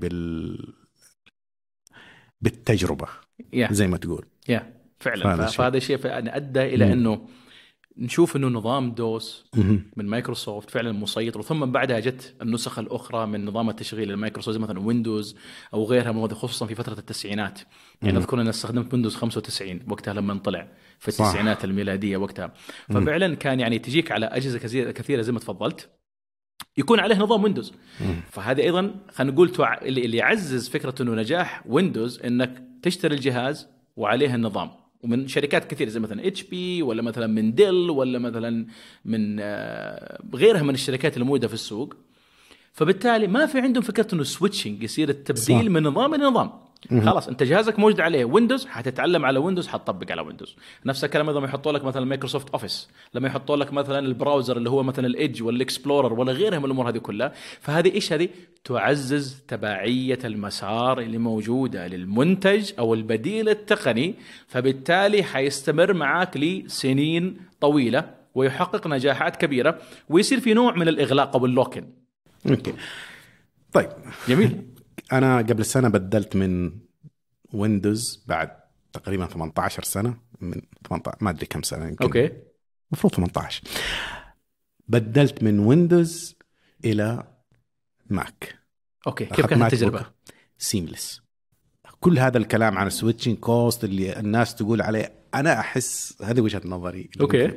بالتجربه زي ما تقول. فعلا. فهذا الشيء ادى الى انه نشوف انه نظام دوس من مايكروسوفت فعلا مسيطر، ثم بعدها جت النسخ الاخرى من نظام التشغيل المايكروسوفت مثلا ويندوز او غيرها، خصوصا في فتره التسعينات. يعني اذكر ان استخدمت ويندوز 95 وقتها لما طلع في التسعينات الميلاديه وقتها. ففعلا كان يعني تجيك على اجهزه كثيره زي ما تفضلت يكون عليه نظام ويندوز. فهذا ايضا خلينا نقول اللي يعزز فكره انه نجاح ويندوز انك تشتري الجهاز وعليه النظام، ومن شركات كثيرة زي مثلا اتش بي ولا مثلا من ديل ولا مثلا من غيرها من الشركات الموجودة في السوق. فبالتالي ما في عندهم فكرة انه سويتشنج يصير التبديل من نظام لنظام. خلاص انت جهازك موجود عليه ويندوز، حتتعلم على ويندوز، حتطبق على ويندوز. نفس الكلام اذا ما يحطوا لك مثلا مايكروسوفت اوفيس، لما يحطوا لك مثلا البراوزر اللي هو مثلا الايدج ولا الاكسبلورر ولا غيرها من الامور هذه كلها. فهذه ايش؟ هذه تعزز تبعية المسار اللي موجودة للمنتج او البديل التقني، فبالتالي حيستمر معك لسنين طويلة ويحقق نجاحات كبيرة، ويصير في نوع من الاغلاق او اللوكن. اوكي طيب جميل. أنا قبل سنة بدلت من ويندوز بعد تقريبا 18 سنة، من 18 ما أدري كم سنة يمكن. أوكي. مفروض 18. بدلت من ويندوز إلى ماك. أوكي. كيف كانت التجربة؟ سيملس. كل هذا الكلام عن السويتشين كوست اللي الناس تقول عليه، أنا أحس هذه وجهة نظري. أوكي.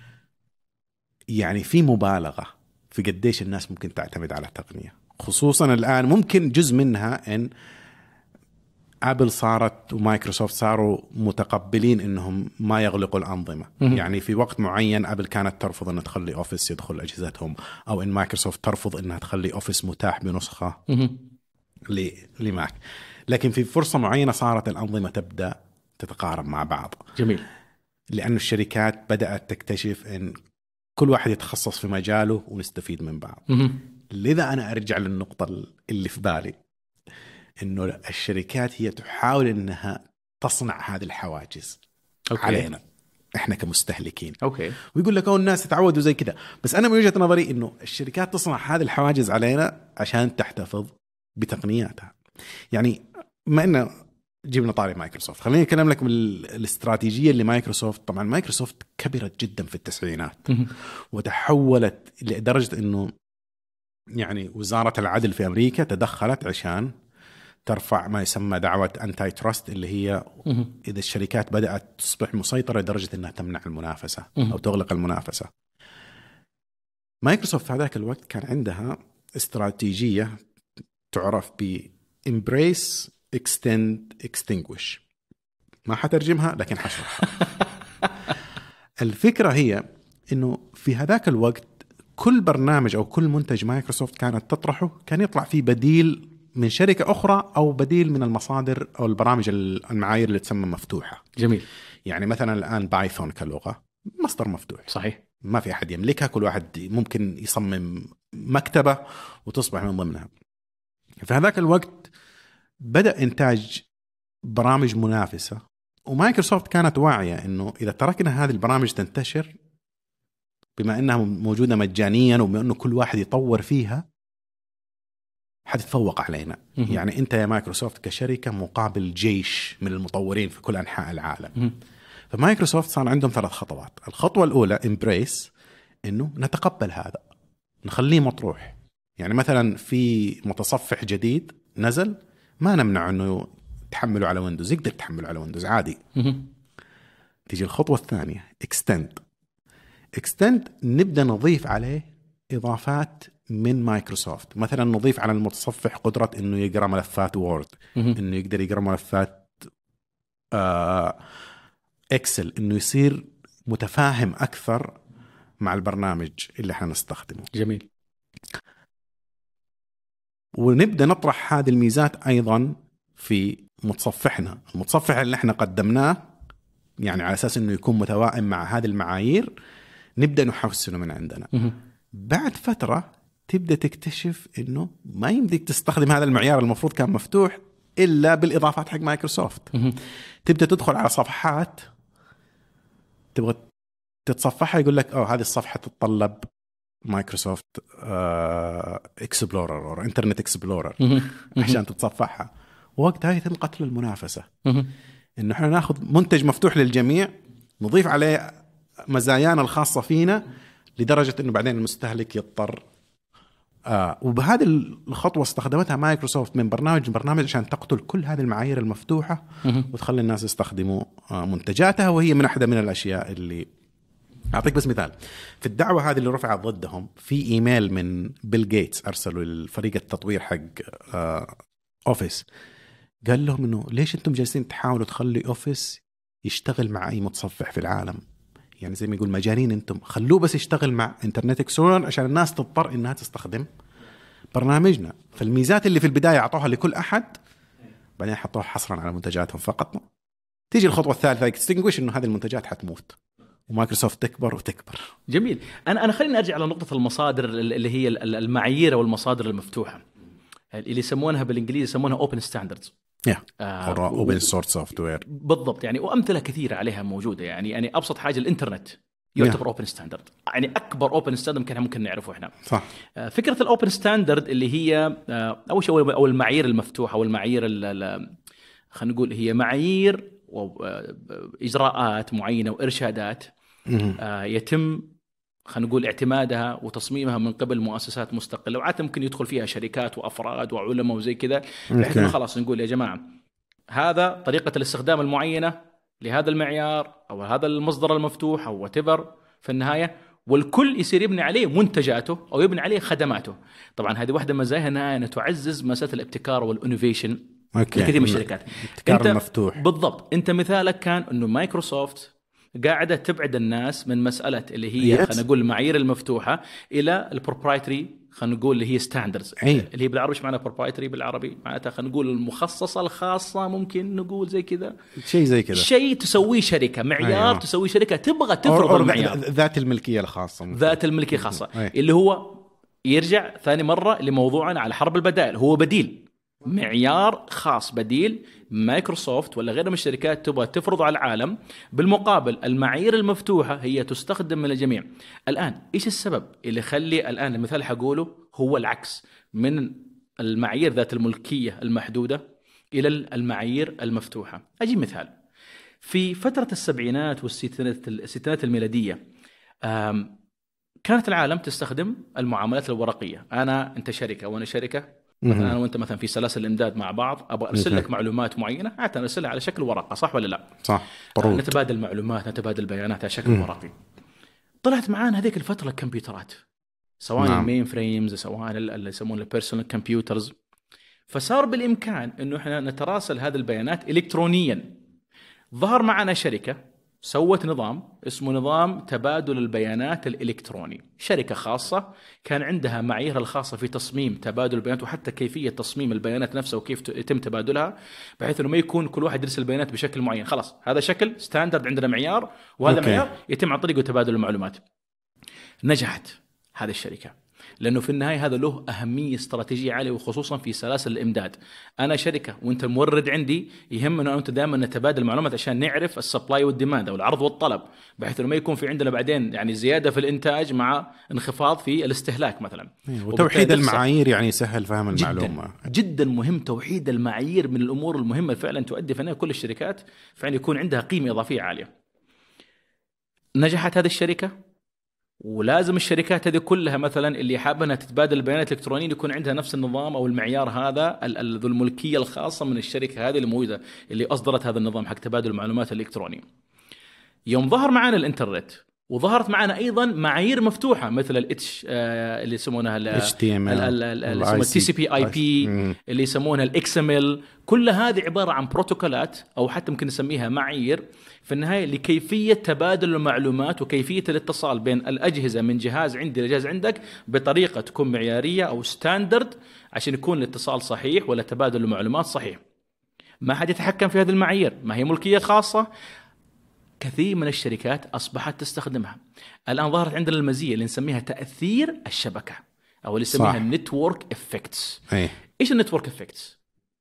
يعني في مبالغة في قديش الناس ممكن تعتمد على التقنية، خصوصا الآن. ممكن جزء منها إن أبل صارت ومايكروسوفت صاروا متقبلين إنهم ما يغلقوا الأنظمة. يعني في وقت معين أبل كانت ترفض أن تخلي أوفيس يدخل أجهزتهم، أو إن مايكروسوفت ترفض إنها تخلي أوفيس متاح بنسخة لماك. لكن في فرصة معينة صارت الأنظمة تبدأ تتقارب مع بعض. جميل. لأن الشركات بدأت تكتشف إن كل واحد يتخصص في مجاله ونستفيد من بعض. لذا أنا أرجع للنقطة اللي في بالي، إنه الشركات هي تحاول إنها تصنع هذه الحواجز علينا إحنا كمستهلكين. ويقول لك الناس تعودوا زي كده، بس أنا من وجهة نظري إنه الشركات تصنع هذه الحواجز علينا عشان تحتفظ بتقنياتها. يعني ما إنه جبنا طاري مايكروسوفت، خليني أكلم لك من الاستراتيجية اللي مايكروسوفت. طبعا مايكروسوفت كبرت جدا في التسعينات وتحولت لدرجة إنه يعني وزارة العدل في أمريكا تدخلت عشان ترفع ما يسمى دعوة أنتاي تراست، اللي هي إذا الشركات بدأت تصبح مسيطرة لدرجة أنها تمنع المنافسة أو تغلق المنافسة. مايكروسوفت في هذاك الوقت كان عندها استراتيجية تعرف ب Embrace, Extend, Extinguish. ما حترجمها لكن حشرحها. الفكرة هي أنه في هذاك الوقت كل برنامج أو كل منتج مايكروسوفت كانت تطرحه كان يطلع فيه بديل من شركة أخرى أو بديل من المصادر أو البرامج المعايير اللي تسمى مفتوحة. جميل. يعني مثلا الآن بايثون كلغة مصدر مفتوح. صحيح. ما في أحد يملكها، كل واحد ممكن يصمم مكتبة وتصبح من ضمنها. في هذاك الوقت بدأ إنتاج برامج منافسة ومايكروسوفت كانت واعية إنه إذا تركنا هذه البرامج تنتشر بما إنها موجودة مجانيا وبما إنه كل واحد يطور فيها حتتفوق علينا. يعني أنت يا مايكروسوفت كشركة مقابل جيش من المطورين في كل أنحاء العالم. فمايكروسوفت صار عندهم 3 خطوات. الخطوة الأولى embrace، إنه نتقبل هذا نخليه مطروح. يعني مثلا في متصفح جديد نزل ما نمنع إنه تحمله على ويندوز، يقدر تحمله على ويندوز عادي. تيجي الخطوة الثانية extend، نبدأ نضيف عليه إضافات من مايكروسوفت. مثلا نضيف على المتصفح قدرة إنه يقرأ ملفات وورد، إنه يقدر يقرأ ملفات إكسل، إنه يصير متفاهم أكثر مع البرنامج اللي حنستخدمه. جميل. ونبدأ نطرح هذه الميزات أيضا في متصفحنا، المتصفح اللي احنا قدمناه يعني على أساس إنه يكون متوائم مع هذه المعايير، نبدأ نحسنه من عندنا. بعد فترة تبدأ تكتشف إنه ما يمديك تستخدم هذا المعيار المفروض كان مفتوح إلا بالإضافات حق مايكروسوفت. تبدأ تدخل على صفحات تبغى تتصفحها، يقول لك هذه الصفحة تتطلب مايكروسوفت اكسبلورر أو انترنت اكسبلورر عشان تتصفحها. ووقتها يتم قتل المنافسة. إنه احنا ناخذ منتج مفتوح للجميع نضيف عليه مزايانا الخاصة فينا لدرجة إنه بعدين المستهلك يضطر. وبهذه الخطوة استخدمتها مايكروسوفت من برنامج لبرنامج عشان تقتل كل هذه المعايير المفتوحة وتخلي الناس يستخدموا منتجاتها. وهي من أحدى من الأشياء اللي أعطيك بس مثال في الدعوة هذه اللي رفعت ضدهم، في إيميل من بيل جيتس أرسلوا للفريق التطوير حق أوفيس، قال لهم إنه ليش أنتم جالسين تحاولوا تخلي أوفيس يشتغل مع أي متصفح في العالم؟ يعني زي ما يقول مجانين أنتم، خلوه بس يشتغل مع إنترنت إكسبلورر عشان الناس تضطر إنها تستخدم برنامجنا. فالميزات اللي في البداية أعطوها لكل أحد، بعدين حطوها حصرا على منتجاتهم فقط. تيجي الخطوة الثالثة يكستنجوش إنه هذه المنتجات حتموت ومايكروسوفت تكبر وتكبر. جميل. أنا خليني أرجع على نقطة المصادر اللي هي المعايير والمصادر المفتوحة اللي يسمونها بالإنجليزي يسمونها open standards. open source software. بالضبط. يعني وأمثلة كثيرة عليها موجودة. يعني أبسط حاجة الإنترنت يعتبر open standard، يعني أكبر open standard ممكن نعرفه إحنا. صح. فكرة الopen standard اللي هي أول شيء أو المعايير المفتوحة أو المعايير خلينا نقول هي معايير وإجراءات معينة وإرشادات يتم خلينا نقول اعتمادها وتصميمها من قبل مؤسسات مستقلة، وعادة ممكن يدخل فيها شركات وأفراد وعلماء وزي كذا، بحيث إنه خلاص نقول يا جماعة هذا طريقة الاستخدام المعينة لهذا المعيار أو هذا المصدر المفتوح أو whatever في النهاية، والكل يصير يبني عليه منتجاته أو يبني عليه خدماته. طبعا هذه واحدة مزاياها أنها تعزز مسألة الابتكار والانوفيشن لكثير من الشركات. انت مفتوح. بالضبط. أنت مثالك كان أنه مايكروسوفت قاعدة تبعد الناس من مسألة اللي هي خلينا نقول المعايير المفتوحة إلى البروبرايتري، خلينا نقول اللي هي ستاندردز، اللي هي بالعربي ايش معنى بروبرايتري بالعربي؟ معناتها خلينا نقول المخصصة الخاصة، ممكن نقول زي كذا، شيء زي كذا، شيء تسويه شركة، معيار تسويه شركة تبغى تفرض المعيار، ذات الملكية الخاصة، ذات الملكية الخاصة، اللي هو يرجع ثاني مرة لموضوعنا على حرب البدائل. هو بديل، معيار خاص بديل مايكروسوفت ولا غيرها من الشركات تبغى تفرض على العالم. بالمقابل المعايير المفتوحة هي تستخدم من الجميع. الآن إيش السبب اللي يخلي الآن المثال حقوله هو العكس من المعايير ذات الملكية المحدودة إلى المعايير المفتوحة؟ أجي مثال. في فترة السبعينات والستينات الميلادية كانت العالم تستخدم المعاملات الورقية. أنت شركة وأنا شركة، مثلا أنا وأنت مثلا في سلاسل الإمداد مع بعض، أبغى أرسل لك معلومات معينة، عادة أرسلها على شكل ورقة، صح ولا لا؟ صح. قروض. نتبادل معلومات، نتبادل بيانات على شكل ورقي. طلعت معانا هذيك الفترة الكمبيوترات، سواء المين فريمز، سواء اللي يسمونه البيرسونال كمبيوترز، فصار بالإمكان إنه إحنا نتراسل هذه البيانات إلكترونيا. ظهر معنا شركة سوت نظام اسمه نظام تبادل البيانات الإلكتروني، شركة خاصة كان عندها معاييرها الخاصة في تصميم تبادل البيانات وحتى كيفية تصميم البيانات نفسها وكيف يتم تبادلها، بحيث أنه ما يكون كل واحد يرسل البيانات بشكل معين. خلاص هذا شكل ستاندرد، عندنا معيار، وهذا معيار يتم عن طريقه تبادل المعلومات. نجحت هذه الشركة، لأنه في النهاية هذا له أهمية استراتيجية عالية، وخصوصا في سلاسل الإمداد. أنا شركة وأنت المورد عندي، يهمنا أنت دائما نتبادل معلومات عشان نعرف السبلاي والديماند أو العرض والطلب، بحيث إنه ما يكون في عندنا بعدين يعني زيادة في الإنتاج مع انخفاض في الاستهلاك مثلا. وتوحيد المعايير يعني يسهل فهم المعلومة. جدا مهم توحيد المعايير، من الأمور المهمة فعلا تؤدي في كل الشركات فعلا يكون عندها قيمة إضافية عالية. نجحت هذه الشركة، ولازم الشركات هذه كلها مثلا اللي حابة انها تتبادل البيانات الإلكترونية يكون عندها نفس النظام أو المعيار هذا ذو الملكية الخاصة من الشركة هذه الموجودة اللي أصدرت هذا النظام حق تبادل المعلومات الإلكتروني. يوم ظهر معنا الإنترنت وظهرت معنا أيضا معايير مفتوحة مثل الاتش اللي يسمونها التي سي بي اي بي، اللي يسمونها الاكس ام ال، كل هذه عبارة عن بروتوكولات أو حتى ممكن نسميها معايير في النهاية لكيفية تبادل المعلومات وكيفية الاتصال بين الأجهزة من جهاز عندي لجهاز عندك بطريقة تكون معيارية أو ستاندرد عشان يكون الاتصال صحيح ولا تبادل المعلومات صحيح. ما حد يتحكم في هذه المعايير، ما هي ملكية خاصة. كثير من الشركات أصبحت تستخدمها. الآن ظهرت عندنا المزية اللي نسميها تأثير الشبكة أو اللي نسميها النتورك إفكتس. إيش النتورك إفكتس؟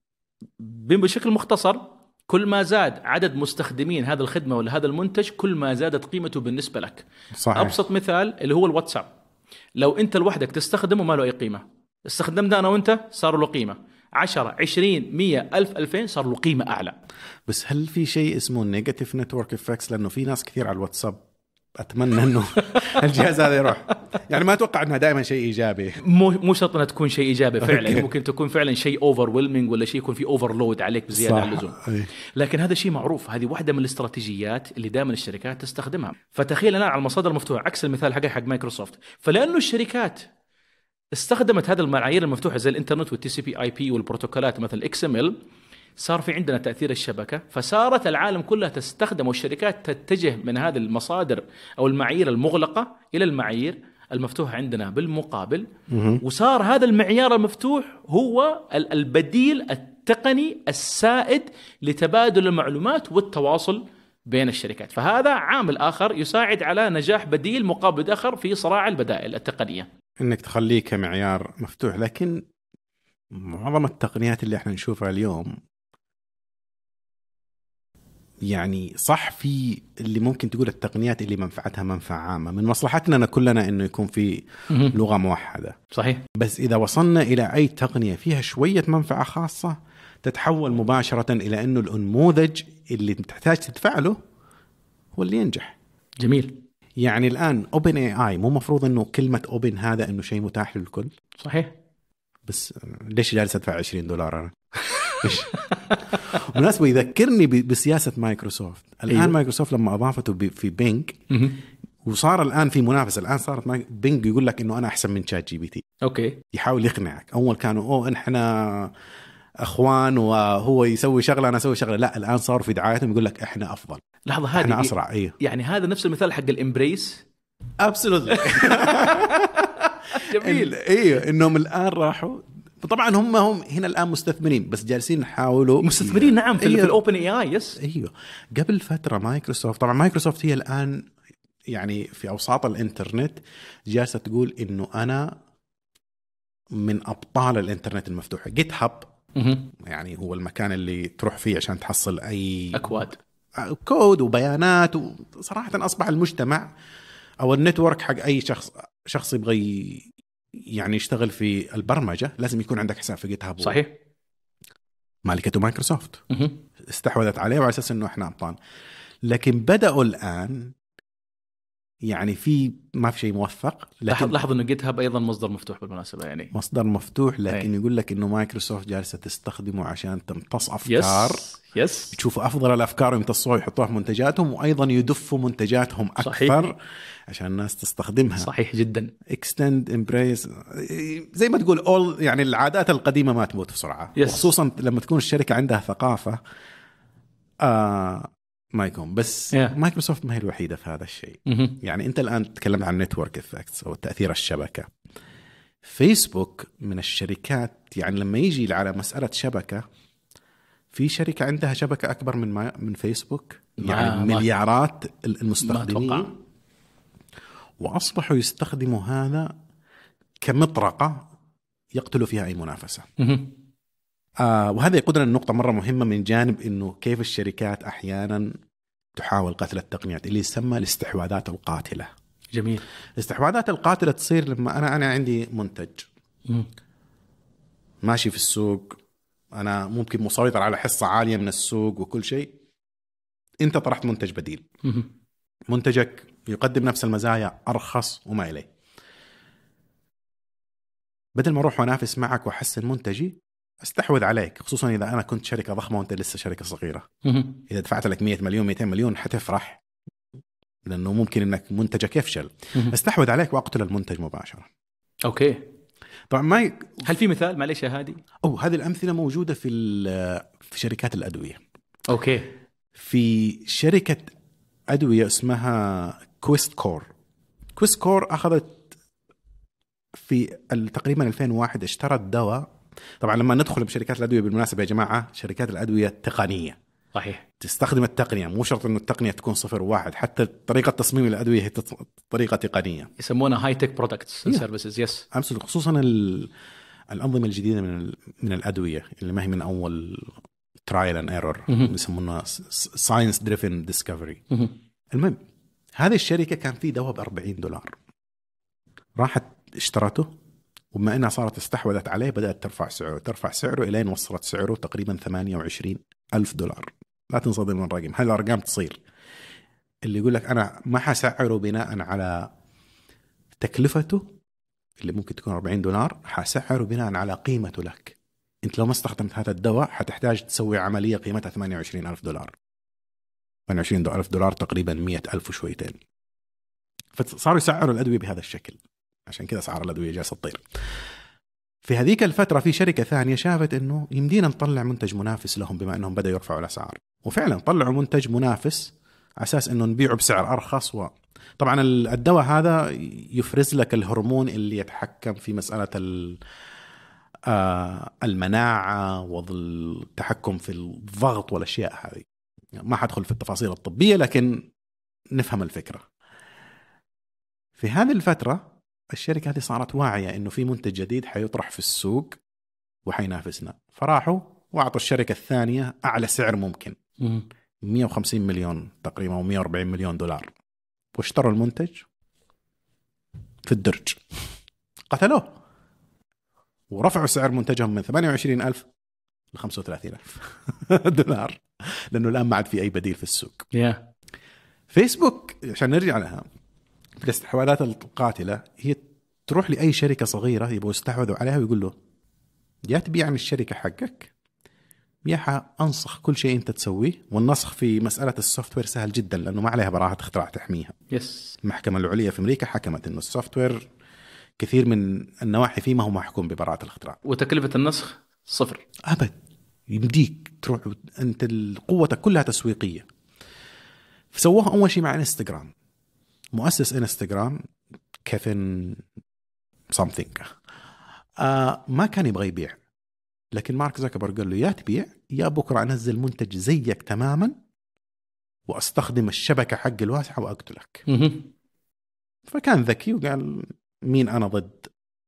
بشكل مختصر، كل ما زاد عدد مستخدمين هذا الخدمة ولا هذا المنتج كل ما زادت قيمته بالنسبة لك. صحيح. أبسط مثال اللي هو الواتساب، لو أنت لوحدك تستخدمه ما له أي قيمة، استخدمنا أنا وأنت صار له قيمة، 10 20 100 1000 2000 صار له قيمة أعلى. بس هل في شيء اسمه نيجاتيف نتورك إفكتس؟ لأنه في ناس كثير على الواتساب أتمنى أنه الجهاز هذا يروح، يعني ما أتوقع أنها دائما شيء إيجابي. مو شرط أنها تكون شيء إيجابي فعلا، ممكن تكون فعلا شيء overwhelming ولا شيء يكون في overload عليك بزيادة عن اللزوم. لكن هذا شيء معروف، هذه واحدة من الاستراتيجيات اللي دائما الشركات تستخدمها. فتخيل أنا على المصادر المفتوحة عكس المثال حق مايكروسوفت، فلأنه الشركات استخدمت هذه المعايير المفتوحة زي الإنترنت والتي سي بي اي بي والبروتوكولات مثل الاكس ام ال، صار في عندنا تأثير الشبكة، فصارت العالم كلها تستخدم والشركات تتجه من هذه المصادر أو المعايير المغلقة إلى المعايير المفتوحة عندنا بالمقابل. وصار هذا المعيار المفتوح هو البديل التقني السائد لتبادل المعلومات والتواصل بين الشركات. فهذا عامل آخر يساعد على نجاح بديل مقابل آخر في صراع البدائل التقنية، إنك تخليه كمعيار مفتوح. لكن معظم التقنيات اللي احنا نشوفها اليوم يعني صح، في اللي ممكن تقول التقنيات اللي منفعتها منفعة عامة، من مصلحتنا كلنا إنه يكون في لغة موحدة. صحيح. بس إذا وصلنا إلى أي تقنية فيها شوية منفعة خاصة تتحول مباشرة إلى إنه النموذج اللي تحتاج تدفع له هو اللي ينجح. جميل. يعني الآن Open AI مو مفروض إنه كلمة Open هذا إنه شيء متاح للكل؟ صحيح. بس ليش جالس أدفع $20 أنا؟ بالنسبة يذكرني بسياسة مايكروسوفت الآن. أيوه. مايكروسوفت لما أضافته في بينج وصار الآن في منافسة، الآن صارت بينج يقول لك إنه أنا أحسن من شات جي بي تي. أوكي. يحاول يقنعك. أول كانوا إحنا أخوان وهو يسوي شغلة أنا أسوي شغلة، لا الآن صاروا في دعايتهم يقول لك إحنا أفضل. لحظة، هذه إحنا أسرع. أيه. يعني هذا نفس المثال حق الإمبريس. Absolutely. جميل. إيه إنهم الآن راحوا، طبعا هم هنا الآن مستثمرين بس جالسين يحاولوا مستثمرين. نعم. في الأوبن اي اي. يس. ايوه. قبل فترة مايكروسوفت، طبعا مايكروسوفت هي الآن يعني في أوساط الإنترنت جالسة تقول إنه أنا من أبطال الإنترنت المفتوحة. جيت هاب يعني هو المكان اللي تروح فيه عشان تحصل أي أكواد كود وبيانات، وصراحة أصبح المجتمع أو النتورك حق أي شخص يبغى يعني يشتغل في البرمجة لازم يكون عندك حساب في جيت هاب. صحيح. مالكته مايكروسوفت استحوذت عليه وعلى أساس إنه إحنا أبطال. لكن بدأوا الآن يعني ما في شيء موثق. لاحظ إنه جيت هاب أيضا مصدر مفتوح بالمناسبة، يعني مصدر مفتوح، لكن يقول لك إنه مايكروسوفت جالسة تستخدمه عشان تمتص أفكار. يس. يشوفوا أفضل الأفكار ويمتصوها ويحطوها في منتجاتهم، وأيضا يدفوا منتجاتهم أكثر. صحيح. عشان الناس تستخدمها. صحيح جدا. extend embrace زي ما تقول all، يعني العادات القديمة ما تموت بسرعة. وخصوصا لما تكون الشركة عندها ثقافة ما يكون بس مايكروسوفت ما هي الوحيدة في هذا الشيء. يعني أنت الآن تكلمت عن نتورك إفكتس أو تأثير الشبكة. فيسبوك من الشركات يعني لما يجي على مسألة شبكة، في شركة عندها شبكة أكبر من فيسبوك، يعني مليارات المستخدمين، وأصبحوا يستخدموا هذا كمطرقة يقتلوا فيها أي منافسة. مهم. وهذا يقودنا لنقطة مرة مهمة من جانب إنه كيف الشركات أحيانا تحاول قتل التقنيات اللي يسمى الاستحواذات القاتلة. جميل. الاستحواذات القاتلة تصير لما أنا عندي منتج ماشي في السوق، أنا ممكن مسيطر على حصة عالية من السوق وكل شيء، أنت طرحت منتج بديل، منتجك يقدم نفس المزايا أرخص وما إليه، بدل ما أروح وأنافس معك وأحسن منتجي استحوذ عليك، خصوصا إذا أنا كنت شركة ضخمة وأنت لسه شركة صغيرة. إذا دفعت لك 100 مليون 200 مليون حتفرح، لأنه ممكن إنك منتجك يفشل. استحوذ عليك وأقتل المنتج مباشرة. أوكي. طبعا هل في مثال معلش يا هادي؟ هذه الأمثلة موجودة في شركات الأدوية. أوكي. في شركة أدوية اسمها كويست كور أخذت في تقريبا 2001 اشترت دواء. طبعا لما ندخل بشركات الأدوية بالمناسبة يا جماعة، شركات الأدوية تقنية، صحيح، تستخدم التقنية، مو شرط إنه التقنية تكون 0 1، حتى طريقة تصميم الأدوية هي طريقة تقنية، يسمونها هاي تك برودكتس سيرفيسز. يس، خصوصا الأنظمة الجديدة من الأدوية اللي ما هي من أول ترايل اند ايرور، يسمونها ساينس دريفن ديسكفري. المهم هذه الشركة كان في دواء $40، راحت اشترته، وبما انها صارت استحوذت عليه بدأت ترفع سعره الين وصلت سعره تقريبا $28,000. لا تنصدم من الرقم، هذه الارقام تصير اللي يقول لك انا ما حسعره بناء على تكلفته اللي ممكن تكون $40، حسعره بناء على قيمته لك. انت لو ما استخدمت هذا الدواء حتحتاج تسوي عملية قيمتها $28,000. $28,000 تقريبا 100,000 وشويتين. فصاروا يسعروا الأدوية بهذا الشكل، عشان كذا أسعار الأدوية جالسة تطير. في هذيك الفترة في شركة ثانية شافت إنه يمدينا نطلع منتج منافس لهم، بما إنهم بدأوا يرفعوا الأسعار، وفعلا طلعوا منتج منافس على أساس إنه نبيعه بسعر أرخص. طبعا الدواء هذا يفرز لك الهرمون اللي يتحكم في مسألة المناعة والتحكم في الضغط والأشياء هذه. ما حدخل في التفاصيل الطبية، لكن نفهم الفكرة. في هذه الفترة الشركة هذه صارت واعية إنه في منتج جديد حيطرح في السوق وحينافسنا، فراحوا وأعطوا الشركة الثانية أعلى سعر ممكن، 150 مليون تقريبا و $140 مليون، واشتروا المنتج في الدرج، قتلوه ورفعوا سعر منتجهم من 28,000 ل $35,000 لأنه الآن ما عاد في أي بديل في السوق. فيسبوك عشان نرجع لها في الاستحواذات القاتلة، هي تروح لأي شركة صغيرة يبغوا يستحوذوا عليها ويقول له يا تبيع من الشركة حقك يا أنسخ كل شيء أنت تسويه. والنسخ في مسألة السوفت وير سهل جدا لأنه ما عليها براءة اختراع تحميها. المحكمة العليا في أمريكا حكمت أنه السوفت وير كثير من النواحي فيه ما هو محكوم ببراءة الاختراع، وتكلفة النسخ 0 أبد. يمديك تروح أنت قوتك كلها تسويقية. فسووها أول شيء مع انستغرام. مؤسس انستغرام كيفن سامثينج ما كان يبغى يبيع، لكن مارك زكربرج قال له يا تبيع يا بكرة أنزل منتج زيك تماما وأستخدم الشبكة حق الواسعة وأقتلك. فكان ذكي وقال مين أنا ضد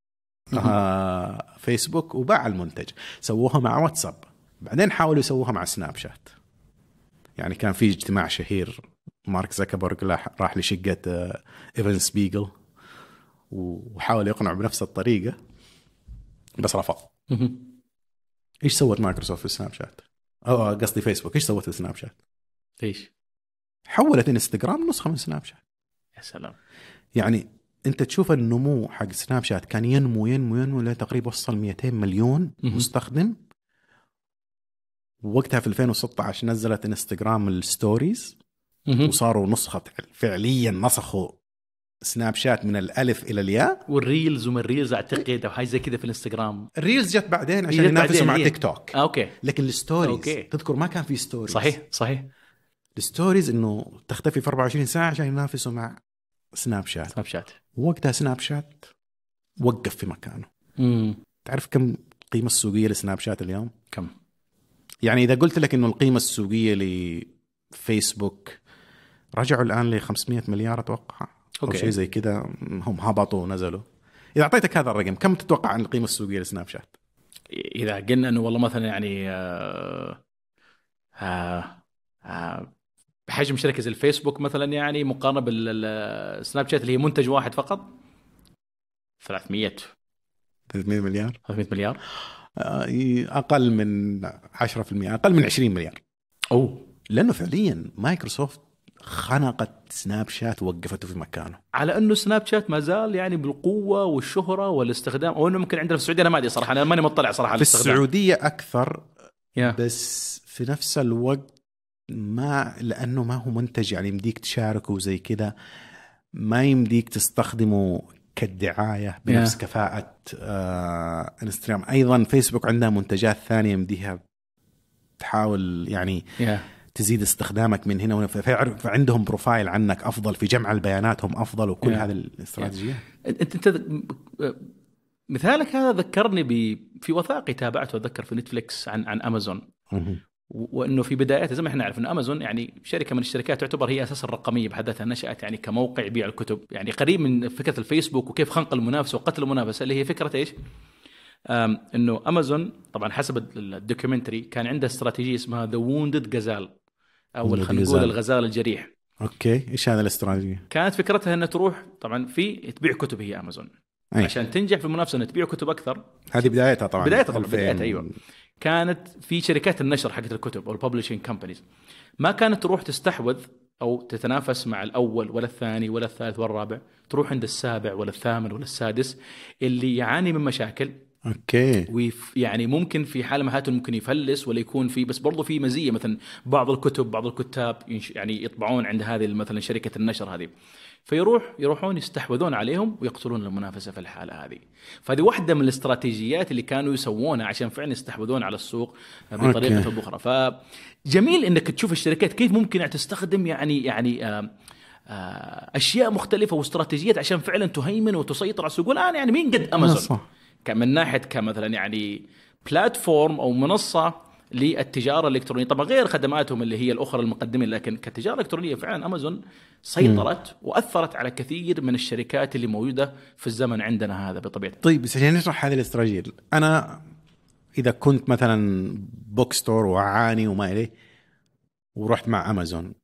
فيسبوك، وباع المنتج. سووها مع واتساب، بعدين حاولوا يسووها مع سناب شات. يعني كان في اجتماع شهير، مارك زكربرج راح لشقة إيفان سبيغل وحاول يقنع بنفس الطريقة بس رفض. إيش سوت مايكروسوفت في سناب شات؟ قصدي فيسبوك، إيش سوت في سناب شات؟ إيش؟ حولت انستغرام نسخة من سناب شات. يا سلام. يعني أنت تشوف النمو حق سناب شات كان ينمو لتقريبا وصل 200 مليون مستخدم. ووقتها في 2016 نزلت انستغرام الستوريز وصاروا نسخة فعليا نسخوا سناب شات من الألف إلى الياء. والريلز ومن الريلز أعتقد أو حاجة زي كده في الانستغرام. الريلز جت بعدين عشان ينافسوا مع تيك توك. أوكي. لكن الستوريز تذكر ما كان في ستوريز. صحيح. الستوريز إنه تختفي في 24 ساعة عشان ينافسوا مع سناب شات. ووقتها سناب شات وقف في مكانه. تعرف كم القيمة السوقية لسناب شات اليوم؟ كم؟ يعني إذا قلت لك إنه القيمة السوقية لفيسبوك رجعوا الآن ل 500 مليار أتوقع، أو شيء زي كده، هم هبطوا ونزلوا. اذا اعطيتك هذا الرقم كم تتوقع عن القيمه السوقيه لسناب شات؟ اذا قلنا انه والله مثلا يعني بحجم شركه زي الفيسبوك مثلا، يعني مقارنه بالسناب شات اللي هي منتج واحد فقط، 300 مليار. 300 مليار، اقل من 10%، اقل من 20 مليار. لانه فعليا مايكروسوفت خنقت سناب شات ووقفته في مكانه، على انه سناب شات ما زال يعني بالقوه والشهره والاستخدام، او انه ممكن عندنا في السعوديه، انا ما ادري صراحه، انا ماني مطلع صراحه على الاستخدام. في السعوديه اكثر بس في نفس الوقت ما، لانه ما هو منتج يعني يمديك تشاركه زي كذا، ما يمديك تستخدمه كالدعايه بنفس كفاءه انستغرام. ايضا فيسبوك عندها منتجات ثانيه يمديها تحاول يعني تزيد استخدامك من هنا وهنا، فعندهم بروفايل عنك افضل، في جمع البيانات هم افضل، وكل هذه الاستراتيجيه. انت مثالك هذا ذكرني في وثائقي تابعته، اتذكر في نتفليكس عن امازون، وانه في بداياتها زي ما احنا نعرف ان امازون يعني شركه من الشركات تعتبر هي اساس الرقميه بحد ذاتها، نشات يعني كموقع يبيع الكتب، يعني قريب من فكره الفيسبوك وكيف خنق المنافسه وقتل المنافسه، اللي هي فكره ايش؟ انه امازون طبعا حسب الدوكيومنتري كان عنده استراتيجيه اسمها ذا ووندد غزال، او خلينا نقول الغزال الجريح. اوكي، ايش هذا الاستراتيجيه؟ كانت فكرتها انها تروح طبعا في تبيع كتب هي امازون، عشان تنجح في المنافسه انها تبيع كتب اكثر. هذه بدايتها طبعا، بدايتها ايوه. كانت في شركات النشر حقت الكتب او الببلشنج كومبانيز، ما كانت تروح تستحوذ او تتنافس مع الاول ولا الثاني ولا الثالث والرابع، تروح عند السابع ولا الثامن ولا السادس اللي يعاني من مشاكل. اوكي. يعني ممكن في حاله ما ممكن يفلس ولا يكون في، بس برضو في مزيه، مثلا بعض الكتاب يعني يطبعون عند هذه مثلا شركه النشر هذه، يروحون يستحوذون عليهم ويقتلون المنافسه في الحاله هذه. فهذه واحده من الاستراتيجيات اللي كانوا يسوونها عشان فعلا يستحوذون على السوق بطريقه او باخرى. فجميل انك تشوف الشركات كيف ممكن تستخدم يعني اشياء مختلفه واستراتيجيات عشان فعلا تهيمن وتسيطر على السوق. والان يعني مين قد امازون من ناحيه كمثلا يعني بلاتفورم او منصه للتجاره الالكترونيه، طبعا غير خدماتهم اللي هي الاخرى المقدمه، لكن كتجاره الكترونيه فعلا امازون سيطرت واثرت على كثير من الشركات اللي موجوده في الزمن عندنا هذا بطبيعه. طيب بس عشان نشرح هذه الاستراتيجيه، انا اذا كنت مثلا بوك ستور واعاني وما اليه ورحت مع امازون،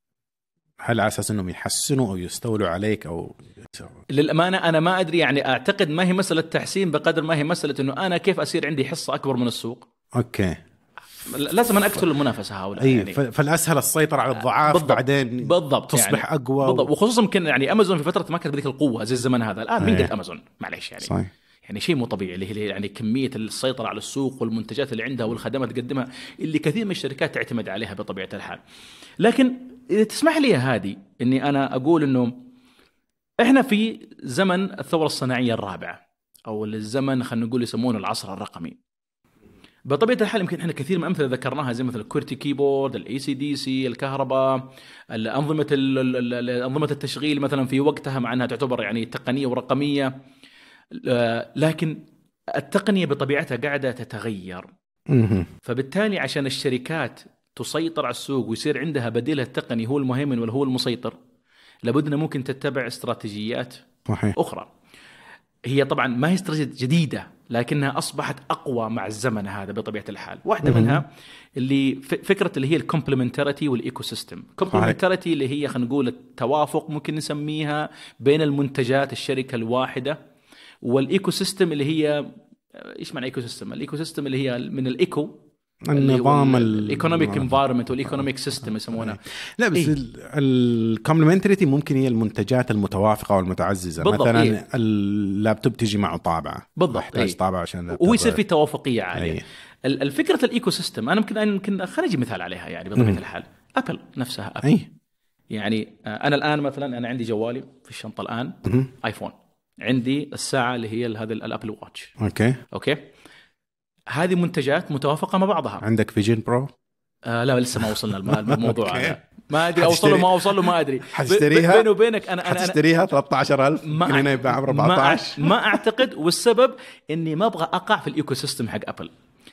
هل على اساس انهم يحسنوا او يستولوا عليك او؟ للامانه انا ما ادري، يعني اعتقد ما هي مساله تحسين بقدر ما هي مساله انه انا كيف اصير عندي حصه اكبر من السوق. اوكي، لازم أن أقتل المنافسة هؤلاء. يعني فالأسهل السيطرة على الضعاف بالضبط. بعدين بالضبط تصبح يعني أقوى بالضبط. وخصوصا يمكن يعني أمازون في فترة ما كانت بذيك القوة زي الزمن هذا، الآن من قد أمازون معليش يعني صحيح. يعني شيء مو طبيعي اللي هي يعني كمية السيطرة على السوق والمنتجات اللي عندها والخدمات تقدمها اللي كثير من الشركات تعتمد عليها بطبيعة الحال. لكن إذا تسمح لي هذه إني أنا أقول إنه إحنا في زمن الثورة الصناعية الرابعة، أو الزمن خلينا نقول يسمونه العصر الرقمي. بطبيعة الحال يمكن احنا كثير من امثله ذكرناها زي مثل الكورتي كيبورد، الاي سي دي سي، الكهرباء، الانظمه التشغيل مثلا في وقتها، مع انها تعتبر يعني تقنيه ورقميه، لكن التقنيه بطبيعتها قاعده تتغير. فبالتالي عشان الشركات تسيطر على السوق ويصير عندها بديلها التقني هو المهيمن ولا هو المسيطر، لابد انها ممكن تتبع استراتيجيات اخرى. هي طبعا ما هي استراتيجية جديدة، لكنها أصبحت أقوى مع الزمن هذا بطبيعة الحال. واحدة منها اللي فكرة اللي هي الكومبلمنتاريتي والإيكو سيستم. كومبلمنتاريتي اللي هي خلينا نقول التوافق ممكن نسميها بين المنتجات الشركة الواحدة، والإيكو سيستم اللي هي إيش معنى إيكو سيستم؟ الإيكو سيستم اللي هي من الإيكو، النظام الايكونوميك انفايرمنت والايكونوميك سيستم يسمونها. لا بس الكومبلمنتريتي ممكن هي المنتجات المتوافقه والمتعززه. مثلا اللابتوب تجي معه طابعه، بالضبط طابعه عشان ويصير في توافقيه عاليه. الفكره الايكو سيستم انا ممكن خلينا نجي مثال عليها يعني بطبيعه الحال. ابل نفسها ابل. يعني انا الان مثلا انا عندي جوالي في الشنطه الان ايفون، عندي الساعه اللي هي هذا الابل واتش. اوكي هذه منتجات متوافقة مع بعضها. عندك فيجن برو؟ لا لسه ما وصلنا الموضوع هذا، ما أدري أوصله ما أوصله ما أدري. حتشتريها؟ بيني وبينك أنا حتشتريها 13,000 هنا يباع ب 14. ما أعتقد، والسبب إني ما أبغى أقع في الإيكو سيستم حق أبل.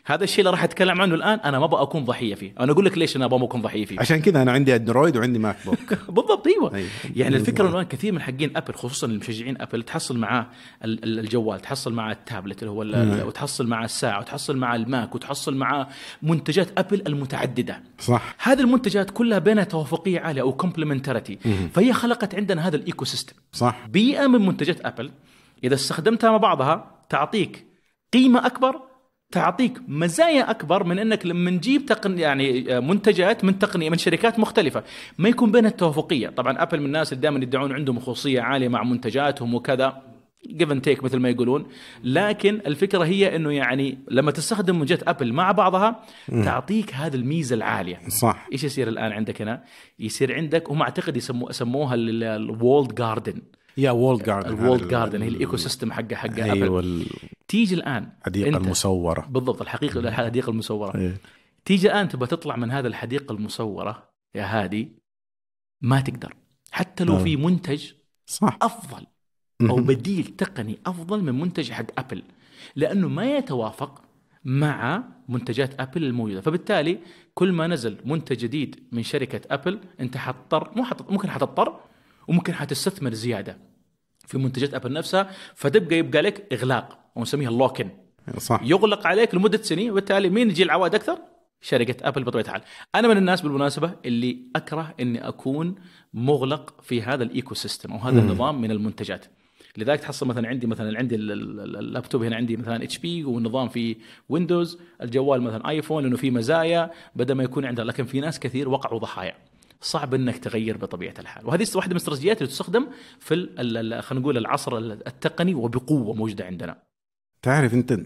هذا الشيء اللي راح اتكلم عنه الان انا ما ابغى اكون ضحيه فيه. انا اقول لك ليش انا ابغى اكون ضحيه فيه. عشان كذا انا عندي اندرويد وعندي ماك بوك. بالضبط ايوه. يعني الفكره انه كثير من حقين ابل خصوصا المشجعين ابل تحصل معاه الجوال، تحصل معاه التابلت اللي هو وتحصل معاه الساعه، وتحصل معاه الماك، وتحصل معاه منتجات ابل المتعدده. صح. هذه المنتجات كلها بينها توافقيه عاليه او كومبلمنتاريتي، فهي خلقت عندنا هذا الايكو سيستم. صح. بيئه من منتجات ابل اذا استخدمتها مع بعضها تعطيك قيمه اكبر، تعطيك مزايا اكبر من انك لما نجيب يعني منتجات من تقنيه من شركات مختلفه ما يكون بينها التوافقيه. طبعا ابل من الناس اللي دائما يدعون عندهم خصوصيه عاليه مع منتجاتهم وكذا، give and take مثل ما يقولون، لكن الفكره هي انه يعني لما تستخدم منتجات ابل مع بعضها تعطيك هذه الميزه العاليه. صح. ايش يصير الان عندك هنا؟ يصير عندك، هم اعتقد سموها الوولد جاردن. يا وولد جاردن. الوولد جاردن هي الايكو سيستم حق أيوة ابل. تيجي الان الحديقه المصوره. بالضبط، الحديقه المصوره. أيه. تيجي الان تبغى تطلع من هذا الحديقه المصوره يا هادي، ما تقدر حتى لو في منتج صح افضل او بديل تقني افضل من منتج حق ابل، لانه ما يتوافق مع منتجات ابل الموجوده. فبالتالي كل ما نزل منتج جديد من شركه ابل انت ممكن حتضطر وممكن حتستثمر زياده في منتجات ابل نفسها، يبقى لك اغلاق ونسميها اللوكن. صح. يغلق عليك لمده سنين، وبالتالي مين يجي العوائد اكثر؟ شركه ابل بطبيعه الحال. انا من الناس بالمناسبه اللي اكره اني اكون مغلق في هذا الايكو سيستم او هذا النظام من المنتجات. لذلك تحصل مثلا عندي اللابتوب هنا عندي مثلا اتش بي والنظام في ويندوز، الجوال مثلا ايفون لانه في مزايا بدل ما يكون عنده، لكن في ناس كثير وقعوا ضحايا. صعب انك تغير بطبيعه الحال، وهذه واحده من الاستراتيجيات اللي تستخدم في خلينا نقول العصر التقني وبقوه موجوده عندنا. تعرف انت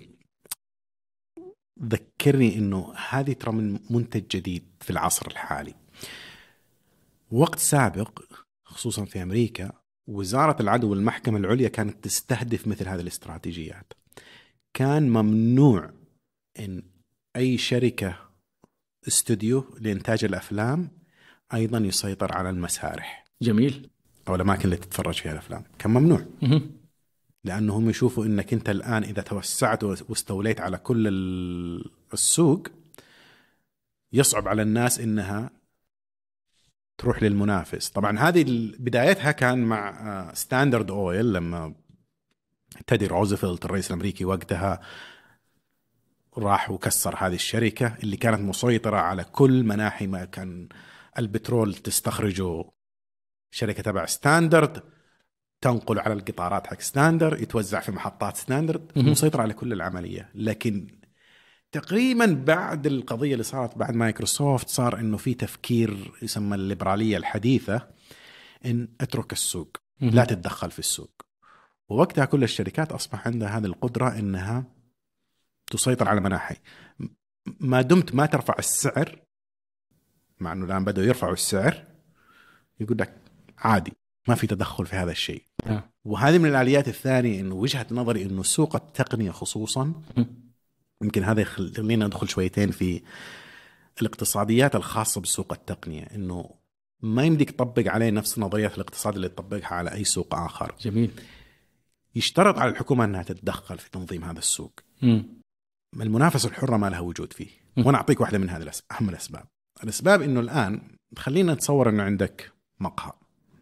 ذكرني انه هذه ترى من منتج جديد في العصر الحالي. وقت سابق خصوصا في امريكا وزاره العدل والمحكمه العليا كانت تستهدف مثل هذه الاستراتيجيات. كان ممنوع ان اي شركه استوديو لانتاج الافلام ايضا يسيطر على المسارح. جميل. او الاماكن اللي تتفرج فيها الافلام كان ممنوع. لانهم يشوفوا انك انت الان اذا توسعت واستوليت على كل السوق يصعب على الناس انها تروح للمنافس. طبعا هذه بدايتها كان مع ستاندرد اويل، لما تيدي روزفلت الرئيس الامريكي وقتها راح وكسر هذه الشركه اللي كانت مسيطره على كل مناحي ما كان البترول تستخرجه شركه تبع ستاندرد، تنقل على القطارات حق ستاندرد، يتوزع في محطات ستاندرد، مسيطرة على كل العملية. لكن تقريبا بعد القضية اللي صارت بعد مايكروسوفت صار انه في تفكير يسمى الليبرالية الحديثة، ان اترك السوق، لا تتدخل في السوق. ووقتها كل الشركات اصبح عندها هذه القدرة انها تسيطر على مناحي، ما دمت ما ترفع السعر. مع انه الان بدأوا يرفعوا السعر، يقول لك عادي ما في تدخل في هذا الشيء. وهذه من الآليات الثانية، إنه وجهة نظري إنه سوق التقنية خصوصا، يمكن هذا يخلينا ندخل شويتين في الاقتصاديات الخاصة بسوق التقنية، إنه ما يمديك تطبق عليه نفس نظريات الاقتصاد اللي تطبقها على أي سوق آخر. جميل. يشترط على الحكومة أنها تتدخل في هذا السوق. المنافسة الحرة ما لها وجود فيه. وأنا أعطيك واحدة من هذه أهم الأسباب إنه الآن خلينا نتصور إنه عندك مقهى.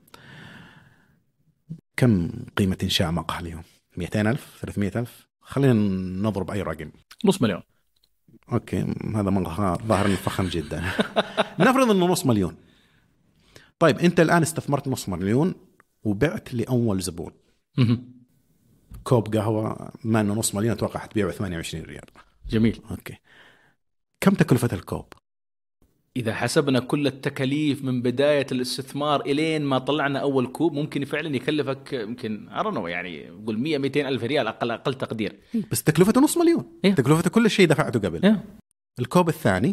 كم قيمة إنشاء مقهى اليوم؟ 200,000 300,000؟ خلينا نضرب أي رقم. نص مليون. أوكي، هذا مقهى ظاهر فخم جدا. نفرض إنه نص مليون. طيب أنت الآن استثمرت نص مليون وبعت لأول زبون كوب قهوة، ما إنه نص مليون أتوقع حتبيعه 28 ريال. جميل. أوكي، كم تكلفة الكوب؟ إذا حسبنا كل التكاليف من بداية الاستثمار إلين ما طلعنا أول كوب، ممكن فعلا يكلفك يمكن يعني قول 100-200 ألف ريال أقل تقدير. بس تكلفته نص مليون. تكلفته كل شيء دفعته قبل. الكوب الثاني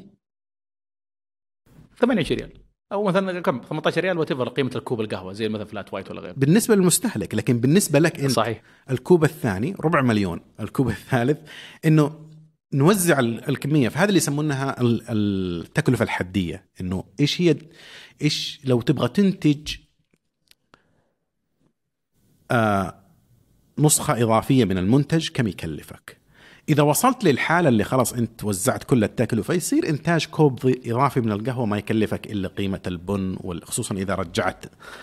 28 ريال أو مثلا كم 18 ريال وتفر قيمة الكوب القهوة زي مثلا فلات وايت ولا غيره بالنسبة للمستهلك. لكن بالنسبة لك أنت صحيح. الكوب الثاني 400,000. الكوب الثالث إنه نوزع الكمية. فهذا اللي يسمونها التكلفة الحدية. إنه إيش لو تبغى تنتج نسخة إضافية من المنتج كم يكلفك. اذا وصلت للحاله اللي خلاص انت وزعت كل التكلفه، يصير انتاج كوب اضافي من القهوه ما يكلفك الا قيمه البن، وخصوصا اذا رجعت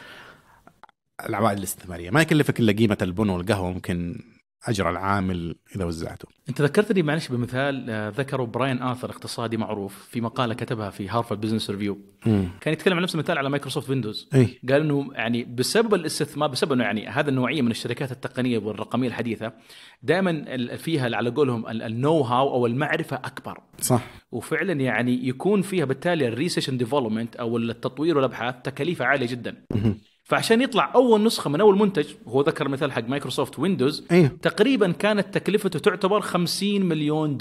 العوائد الاستثماريه ما يكلفك الا قيمه البن والقهوه، ممكن اجر العامل اذا وزعته. انت ذكرتني معلش بمثال ذكره براين آرثر اقتصادي معروف في مقاله كتبها في هارفارد بزنس ريفيو. كان يتكلم عن نفس المثال على مايكروسوفت ويندوز. قال انه يعني بسبب الاستثمار، بسبب انه يعني هذا النوعيه من الشركات التقنيه والرقميه الحديثه دائما فيها على قولهم النو هاو او المعرفه اكبر. صح. وفعلا يعني يكون فيها بالتالي الريسيرش اند ديفلوبمنت او التطوير والابحاث تكاليفها عاليه جدا. فعشان يطلع أول نسخة من أول منتج، هو ذكر مثال حق مايكروسوفت ويندوز، تقريبا كانت تكلفته تعتبر $50 مليون.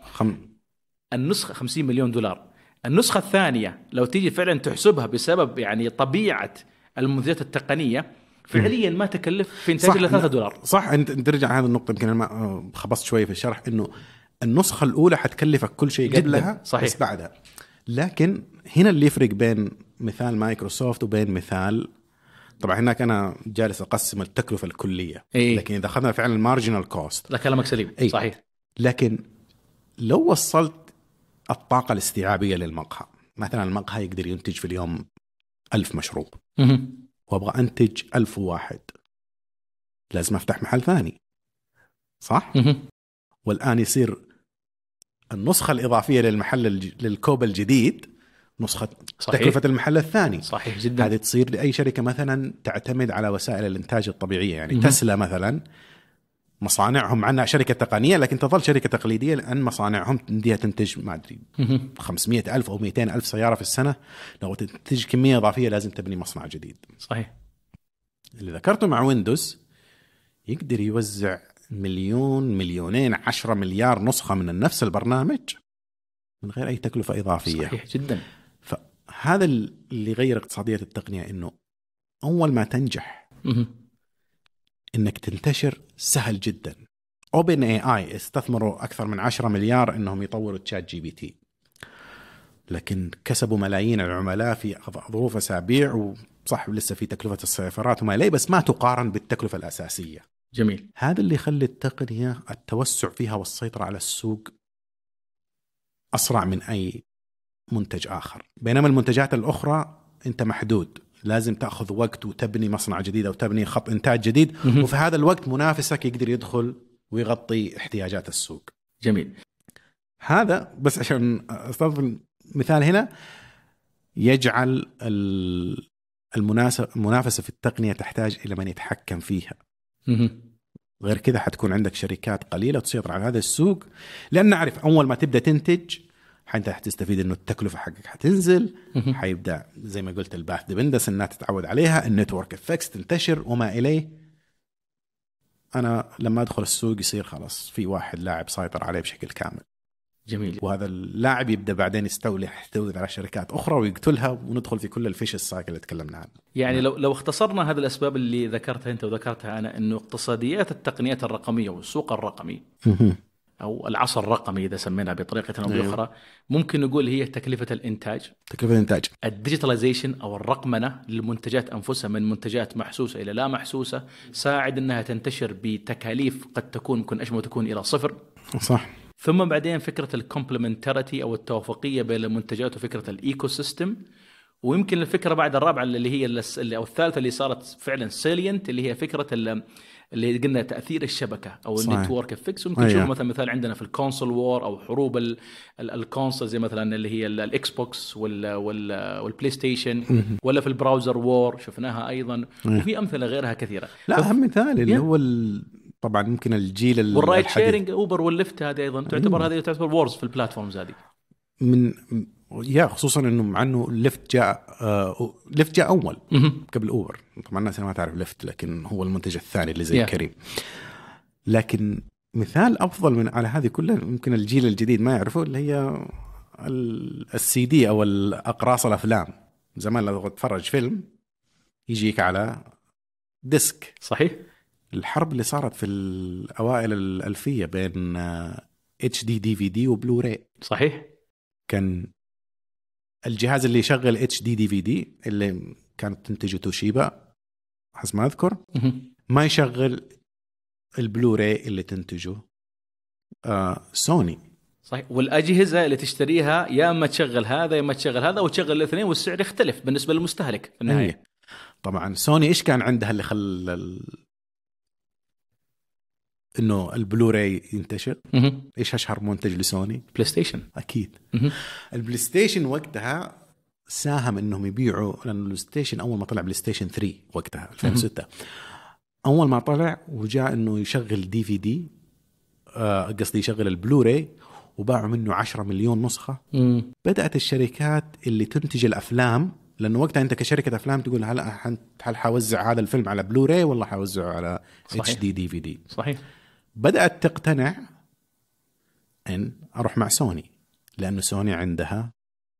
النسخة $50 مليون. النسخة الثانية لو تيجي فعلا تحسبها بسبب يعني طبيعة المنتجات التقنية فعليا ما تكلف في إنتاج إلا $3. صح. أنت ترجع هذا النقطة، يمكن أنا خبصت شوية في الشرح، إنه النسخة الأولى حتكلفك كل شيء قبلها بس بعدها. لكن هنا اللي يفرق بين مثال مايكروسوفت وبين مثال، طبعا هناك أنا جالس أقسم التكلفة الكلية، لكن إذا أخذنا فعلا المارجينال كوست، لا كلامك سليم. صحيح. لكن لو وصلت الطاقة الاستيعابية للمقهى، مثلا المقهى يقدر ينتج في اليوم 1000 مشروب، وأبغى أنتج 1000 واحد، لازم أفتح محل ثاني، صح؟ والآن يصير النسخة الإضافية للمحل للكوب الجديد نسخة تكلفة المحل الثاني. صحيح جدا. هذه تصير لأي شركة مثلا تعتمد على وسائل الإنتاج الطبيعية، يعني تسلا مثلا مصانعهم عنها شركة تقنية لكن تظل شركة تقليدية، لأن مصانعهم تنديها تنتج ما أدري 500,000 أو 200,000 سيارة في السنة. لو تنتج كمية إضافية لازم تبني مصنع جديد. صحيح. اللي ذكرته مع ويندوز يقدر يوزع 1,000,000 2,000,000 10 مليار نسخة من نفس البرنامج من غير أي تكلفة إضافية. صحيح جدا. فهذا اللي غير اقتصادية التقنية، إنه أول ما تنجح إنك تنتشر سهل جدا. OpenAI استثمروا أكثر من 10 مليار إنهم يطوروا تشات GPT، لكن كسبوا ملايين العملاء في ظروف أسابيع، وصح لسه في تكلفة السيرفرات وما إليه، بس ما تقارن بالتكلفة الأساسية. جميل. هذا اللي يخلي التقنية التوسع فيها والسيطرة على السوق أسرع من أي منتج آخر، بينما المنتجات الأخرى أنت محدود، لازم تأخذ وقت وتبني مصنع جديد أو تبني خط إنتاج جديد، وفي هذا الوقت منافسك يقدر يدخل ويغطي احتياجات السوق. جميل. هذا بس عشان أستضيف المثال هنا، يجعل المنافسة في التقنية تحتاج إلى من يتحكم فيها. غير كذا حتكون عندك شركات قليلة تسيطر على هذا السوق، لأن نعرف أول ما تبدأ تنتج حتى حتستفيد إنه التكلفة حقك حتنزل، حيبدأ زي ما قلت الباث ديبندنس إنها تتعود عليها، النتورك افكتس تنتشر وما إليه. أنا لما أدخل السوق يصير خلاص في واحد لاعب سيطر عليه بشكل كامل. جميل. وهذا اللاعب يبدأ بعدين يستولي على شركات أخرى ويقتلها، وندخل في كل الفيش السايكل اللي تكلمنا عنه. يعني لو اختصرنا هذه الأسباب اللي ذكرتها أنت وذكرتها أنا، إنه اقتصاديات التقنيات الرقمية والسوق الرقمي أو العصر الرقمي إذا سمينا بطريقة أو بأخرى، ممكن نقول هي تكلفة الإنتاج، الديجيتاليزيشن أو الرقمنة للمنتجات أنفسها من منتجات محسوسة إلى لا محسوسة، ساعد أنها تنتشر بتكاليف قد تكون ممكن أجمل تكون إلى صفر. صح. ثم بعدين فكرة الكومبلمنتاريتي أو التوافقية بين المنتجات وفكرة الإيكو سيستم، ويمكن الفكرة بعد الرابعة اللي هي أو الثالثة اللي صارت فعلا سيلينت، اللي هي فكرة اللي قلنا تأثير الشبكة أو النتورك افكتس. وممكن نشوف مثلا عندنا في الكونسول وور أو حروب الكونسول زي مثلا اللي هي الإكس بوكس والبلاي ستيشن، ولا في البراوزر وور شفناها أيضا، وفي أمثلة غيرها كثيرة. لا أهم مثال اللي هو طبعا ممكن الجيل والرايد شيرنج اوبر والليفت، هذه ايضا تعتبر وورز في البلاتفورمز هذه، من خصوصا انه مع انه ليفت جاء اول قبل اوبر. طبعا الناس ما تعرف ليفت، لكن هو المنتج الثاني اللي زي كريم. لكن مثال افضل من على هذه كلها ممكن الجيل الجديد ما يعرفه، اللي هي السي دي او الاقراص الافلام. زمان لو تتفرج فيلم يجيك على ديسك. صحيح. الحرب اللي صارت في الأوائل الألفية بين HD DVD وبلوراي، صحيح، كان الجهاز اللي يشغل HD DVD اللي كانت تنتجه توشيبا حسب ما أذكر ما يشغل البلوراي اللي تنتجه سوني. صحيح. والاجهزه اللي تشتريها يا اما تشغل هذا يا اما تشغل هذا، وتشغل الاثنين، والسعر يختلف بالنسبه للمستهلك في النهايه. طبعا سوني ايش كان عندها اللي انه البلوراي ينتشر؟ ايش اشهر منتج لسوني؟ بلاي ستيشن. اكيد. البلاي ستيشن وقتها ساهم انهم يبيعوا، لان البلاي ستيشن اول ما طلع بلاي ستيشن 3 وقتها 2006 اول ما طلع وجاء انه يشغل دي في دي، قصدي يشغل البلوراي، وباعوا منه 10 مليون نسخة. بدأت الشركات اللي تنتج الأفلام، لأنه وقتها أنت كشركة أفلام تقول هل حوزع هذا الفيلم على بلوراي ولا حوزعه على اتش دي دي في دي. صحيح. بدأت تقتنع أن أروح مع سوني، لأنه سوني عندها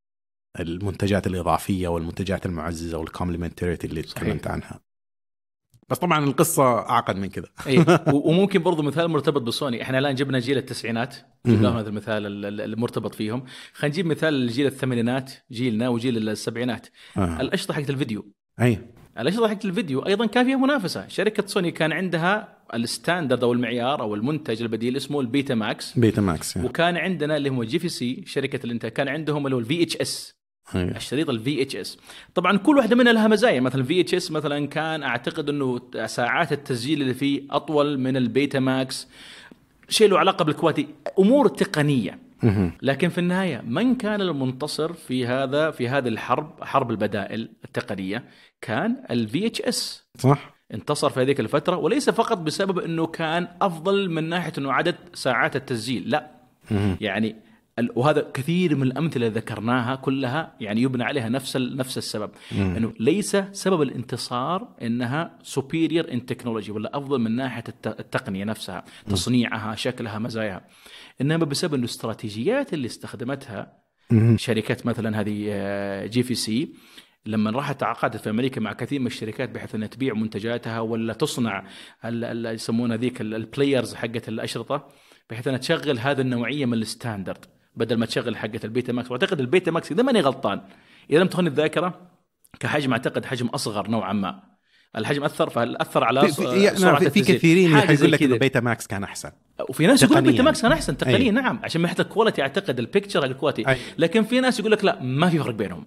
المنتجات الإضافية والمنتجات المعززة والكومبلمنتريتي اللي تكلمت عنها. بس طبعا القصة أعقد من كذا. وممكن برضو مثال مرتبط بسوني، احنا الآن جبنا جيل التسعينات، جبنا هذا المثال المرتبط فيهم. خلينا نجيب مثال جيل الثمانينات، جيلنا، وجيل السبعينات. الأشرطة حقت الفيديو، الأشرطة حقت الفيديو أيضا كان فيها منافسة. شركة سوني كان عندها الستاندرد أو المعيار أو المنتج البديل اسمه البيتا ماكس. وكان عندنا اللي هو جي في سي، شركة الانتاج كان عندهم اللي هو الفي اتش اس، الشريط الفي اتش اس. طبعا كل واحده منها لها مزايا. مثلا الفي اتش اس مثلا كان اعتقد انه ساعات التسجيل اللي فيه اطول من البيتا ماكس، شيء له علاقه بالكواليتي، امور تقنيه. لكن في النهايه من كان المنتصر في هذه الحرب، حرب البدائل التقنيه، كان الفي اتش اس. صح، انتصر في هذيك الفتره، وليس فقط بسبب انه كان افضل من ناحيه انه عدد ساعات التسجيل، لا يعني وهذا كثير من الأمثلة اللي ذكرناها كلها يعني يبنى عليها نفس السبب. إنه ليس سبب الانتصار إنها superior in technology ولا أفضل من ناحية التقنية نفسها، تصنيعها، شكلها، مزاياها، إنما بسبب إنه الاستراتيجيات اللي استخدمتها شركات مثلا هذه جي في سي، لما راحت تعاقدت في أمريكا مع كثير من الشركات بحيث أنها تبيع منتجاتها ولا تصنع يسمونها ذيك البلايرز حقة الأشرطة، بحيث أنها تشغل هذا النوعية من الستاندرد بدل ما تشغل حقة البيتا ماكس. واعتقد البيتا ماكس اذا ماني غلطان، اذا لم تخن الذاكره، كحجم اعتقد حجم اصغر نوعا ما. الحجم اثر على سرعه في كثيرين يقول لك البيتا ماكس كان احسن، وفي ناس يقول البيتا ماكس كان احسن تقنيا. نعم، عشان من ناحيه الكواليتي اعتقد البيكتشر الكواليتي. لكن في ناس يقول لك لا، ما في فرق بينهم،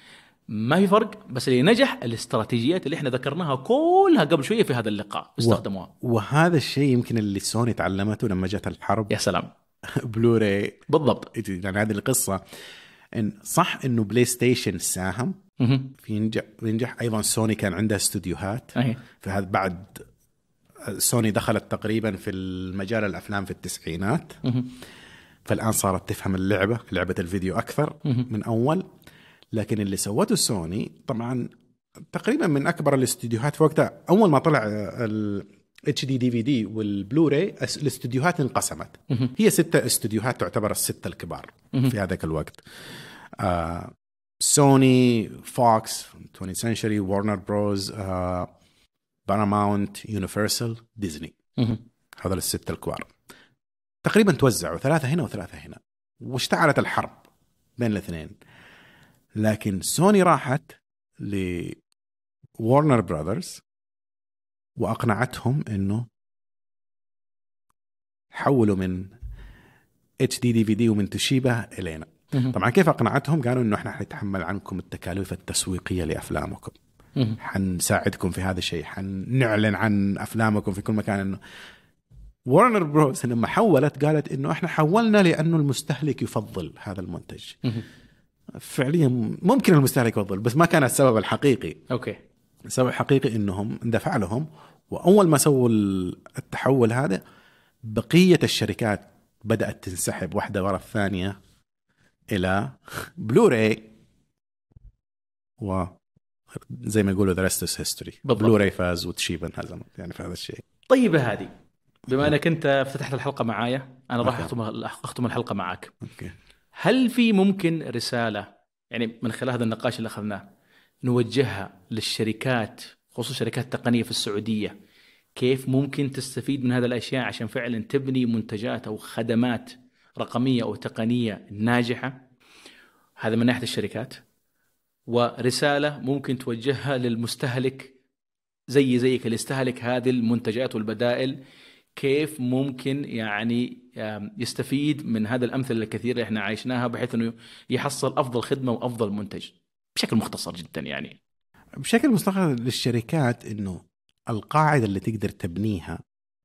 ما في فرق، بس اللي نجح الاستراتيجيات اللي احنا ذكرناها كلها قبل شويه في هذا اللقاء استخدموها. وهذا الشيء يمكن اللي سوني تعلمته لما جت الحرب. يا سلام. بلوراي بالضبط. يعني هذه القصة. إن صح إنه بلاي ستيشن ساهم في ينجح أيضا. سوني كان عندها استوديوهات في هذا، بعد سوني دخلت تقريبا في المجال الأفلام في التسعينات، فالآن صارت تفهم لعبة الفيديو أكثر من أول. لكن اللي سوته سوني طبعا تقريبا من أكبر الاستوديوهات في وقتها. أول ما طلع اتش دي دي في دي والبلوراي، الاستوديوهات انقسمت. هي 6 استوديوهات تعتبر ال6 الكبار في هذاك الوقت: سوني، فوكس، 20th سنشري، وارنر بروز، باراماونت، يونيفرسال، ديزني. هذول ال6 الكبار. تقريبا توزعوا 3 هنا و3 هنا، واشتعلت الحرب بين الاثنين. لكن سوني راحت لوارنر براذرز وأقنعتهم إنه حولوا من اتش دي دي في دي ومن توشيبا إلينا. طبعا كيف أقنعتهم؟ قالوا إنه إحنا حنتحمل عنكم التكاليف التسويقية لأفلامكم، حنساعدكم في هذا الشيء، حنعلن عن أفلامكم في كل مكان. إنه وارنر بروز لما حولت قالت إنه إحنا حولنا لأنه المستهلك يفضل هذا المنتج. فعليا ممكن المستهلك يفضل، بس ما كان السبب الحقيقي. السبب الحقيقي إنهم اندفع لهم، وأول ما سووا التحول هذا بقية الشركات بدأت تنسحب واحدة وراء الثانية إلى بلوراي، وزي ما يقولوا the rest is history. بلوراي فاز وتشيبا هزم يعني في هذا الشيء. طيب هذه بما أنك أنت فتحت الحلقة معايا، أنا راح أختم الحلقة معك. هل في ممكن رسالة يعني من خلال هذا النقاش اللي أخذناه نوجهها للشركات، خصوصا شركات تقنية في السعودية، كيف ممكن تستفيد من هذا الأشياء عشان فعلا تبني منتجات أو خدمات رقمية أو تقنية ناجحة؟ هذا من ناحية الشركات. ورسالة ممكن توجهها للمستهلك زيك اللي يستهلك هذه المنتجات والبدائل، كيف ممكن يعني يستفيد من هذا الأمثلة الكثيرة اللي احنا عايشناها بحيث انه يحصل افضل خدمة وافضل منتج بشكل مختصر جدا. يعني بشكل مستقر للشركات انه القاعدة اللي تقدر تبنيها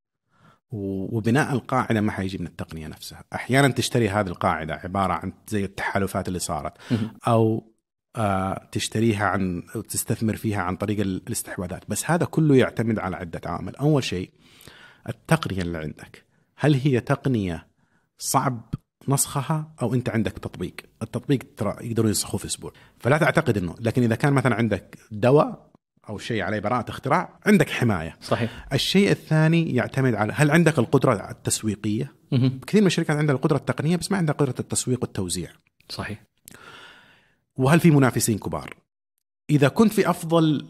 وبناء القاعدة ما حيجي من التقنية نفسها. أحيانا تشتري هذه القاعدة عبارة عن زي التحالفات اللي صارت، أو تشتريها عن تستثمر فيها عن طريق الاستحواذات. بس هذا كله يعتمد على عدة عوامل. أول شيء التقنية اللي عندك، هل هي تقنية صعب نسخها أو أنت عندك تطبيق؟ التطبيق ترى يقدروا ينسخوه في أسبوع، فلا تعتقد إنه. لكن إذا كان مثلا عندك دواء أو شيء عليه براءة اختراع، عندك حماية. صحيح. الشيء الثاني يعتمد على هل عندك القدرة التسويقية. كثير من الشركات عندها القدرة التقنية بس ما عندها قدرة التسويق والتوزيع. صحيح. وهل في منافسين كبار؟ إذا كنت في أفضل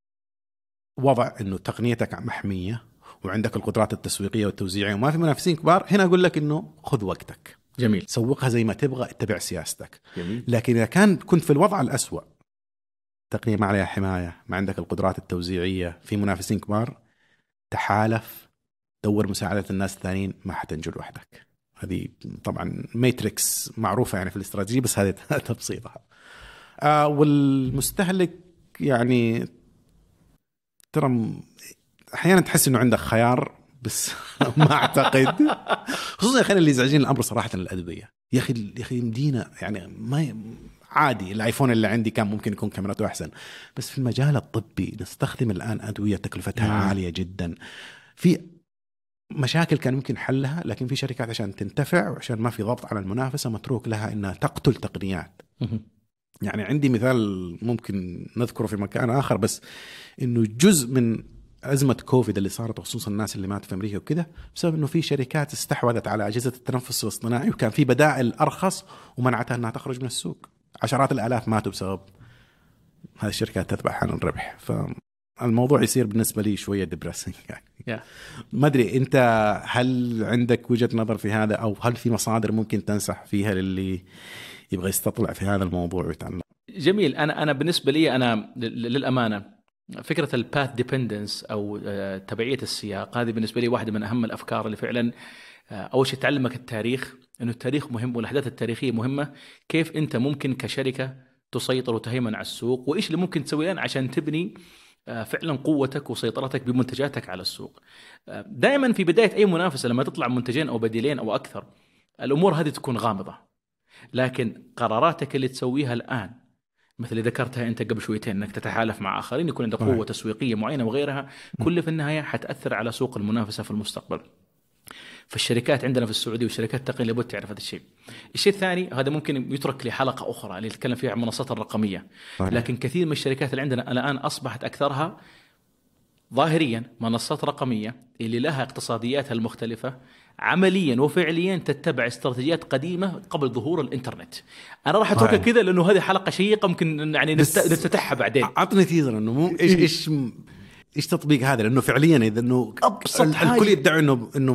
وضع إنه تقنيتك محمية وعندك القدرات التسويقية والتوزيعية وما في منافسين كبار، هنا أقول لك إنه خذ وقتك. جميل. سوقها زي ما تبغى، اتبع سياستك. جميل. لكن إذا كنت في الوضع الأسوأ، تقنية ما عليها حماية، ما عندك القدرات التوزيعية، في منافسين كبار، تحالف، دور مساعدة الناس الثانيين، ما حتنجو لوحدك. هذه طبعا ماتريكس معروفة يعني في الاستراتيجية، بس هذه تبسيطها. والمستهلك يعني ترى أحيانا تحس إنه عندك خيار، بس ما أعتقد. خصوصا خلينا اللي يزعجين الأمر صراحة الأدوية. يا أخي مدينة يعني ما عادي. الآيفون اللي عندي كان ممكن يكون كاميرته أحسن، بس في المجال الطبي نستخدم الآن أدوية تكلفتها عالية جدا. في مشاكل كان ممكن حلها، لكن في شركات عشان تنتفع وعشان ما في ضغط على المنافسة متروك لها إنها تقتل تقنيات. يعني عندي مثال ممكن نذكره في مكان آخر، بس إنه جزء من أزمة كوفيد اللي صارت، خصوصا الناس اللي ماتوا في أمريكا وكذا، بسبب إنه في شركات استحوذت على أجهزة التنفس الاصطناعي وكان في بدائل أرخص ومنعتها أنها تخرج من السوق. عشرات الآلاف ماتوا بسبب هذه الشركات تذبح عن الربح. فالموضوع يصير بالنسبة لي شوية ديبرسنج يعني. ما أدري أنت هل عندك وجهة نظر في هذا، أو هل في مصادر ممكن تنصح فيها للي يبغى يستطلع في هذا الموضوع ويتعلم؟ جميل. أنا بالنسبة لي أنا للأمانة فكرة الباث ديبندنس أو تبعية السياق، هذه بالنسبة لي واحدة من أهم الأفكار اللي فعلا أول شيء تعلمك التاريخ، إنه التاريخ مهم والأحداث التاريخية مهمة. كيف أنت ممكن كشركة تسيطر وتهيمن على السوق، وإيش اللي ممكن تسوي الآن عشان تبني فعلا قوتك وسيطرتك بمنتجاتك على السوق. دائما في بداية أي منافسة لما تطلع منتجين أو بديلين أو أكثر، الأمور هذه تكون غامضة، لكن قراراتك اللي تسويها الآن مثل اللي ذكرتها أنت قبل شويتين، أنك تتحالف مع آخرين، يكون عندك قوة تسويقية معينة وغيرها، كل في النهاية حتأثر على سوق المنافسة في المستقبل. فالشركات عندنا في السعودية والشركات التقنية لابد تعرف هذا الشيء. الشيء الثاني، هذا ممكن يترك لحلقة أخرى اللي نتكلم فيها عن المنصات الرقمية، لكن كثير من الشركات اللي عندنا الآن أصبحت أكثرها ظاهريا منصات رقمية اللي لها اقتصادياتها المختلفة، عمليا وفعليا تتبع استراتيجيات قديمة قبل ظهور الإنترنت. أنا راح أتركها كذا لأنه هذه حلقة شيقة ممكن يعني نفتتحها بعدين. عطني تيزر إنه مو إيش تطبيق هذا، لأنه فعليا إذا إنه الكل يدعي إنه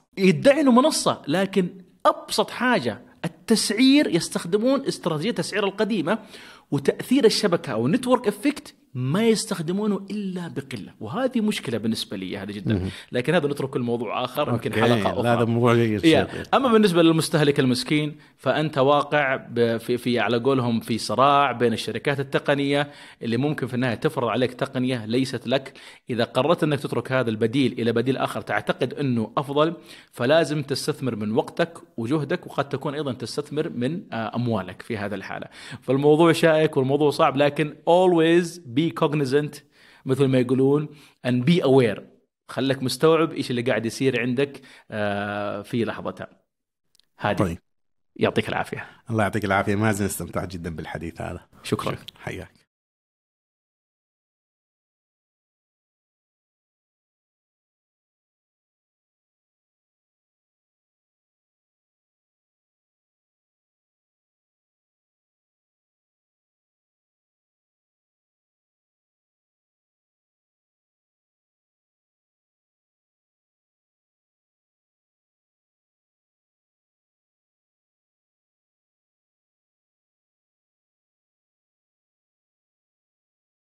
منصة، لكن أبسط حاجة التسعير، يستخدمون استراتيجية التسعير القديمة، وتأثير الشبكة أو نتورك إفكت ما يستخدمونه إلا بقلة، وهذه مشكلة بالنسبة لي هذا جدا. لكن هذا نترك الموضوع آخر، يمكن حلقة أخرى. هذا موضوع غير. أما بالنسبة للمستهلك المسكين، فأنت واقع في على قولهم في صراع بين الشركات التقنية اللي ممكن في النهاية تفرض عليك تقنية ليست لك. إذا قررت أنك تترك هذا البديل إلى بديل آخر تعتقد أنه أفضل، فلازم تستثمر من وقتك وجهدك، وقد تكون أيضا تستثمر من أموالك في هذا الحالة. فالموضوع شائك والموضوع صعب، لكن always be cognizant مثل ما يقولون and be aware. خلك مستوعب إيش اللي قاعد يصير عندك في لحظتها هذه. طيب. يعطيك العافية. الله يعطيك العافية مازن، استمتعت جدا بالحديث هذا. شكرا. حياك.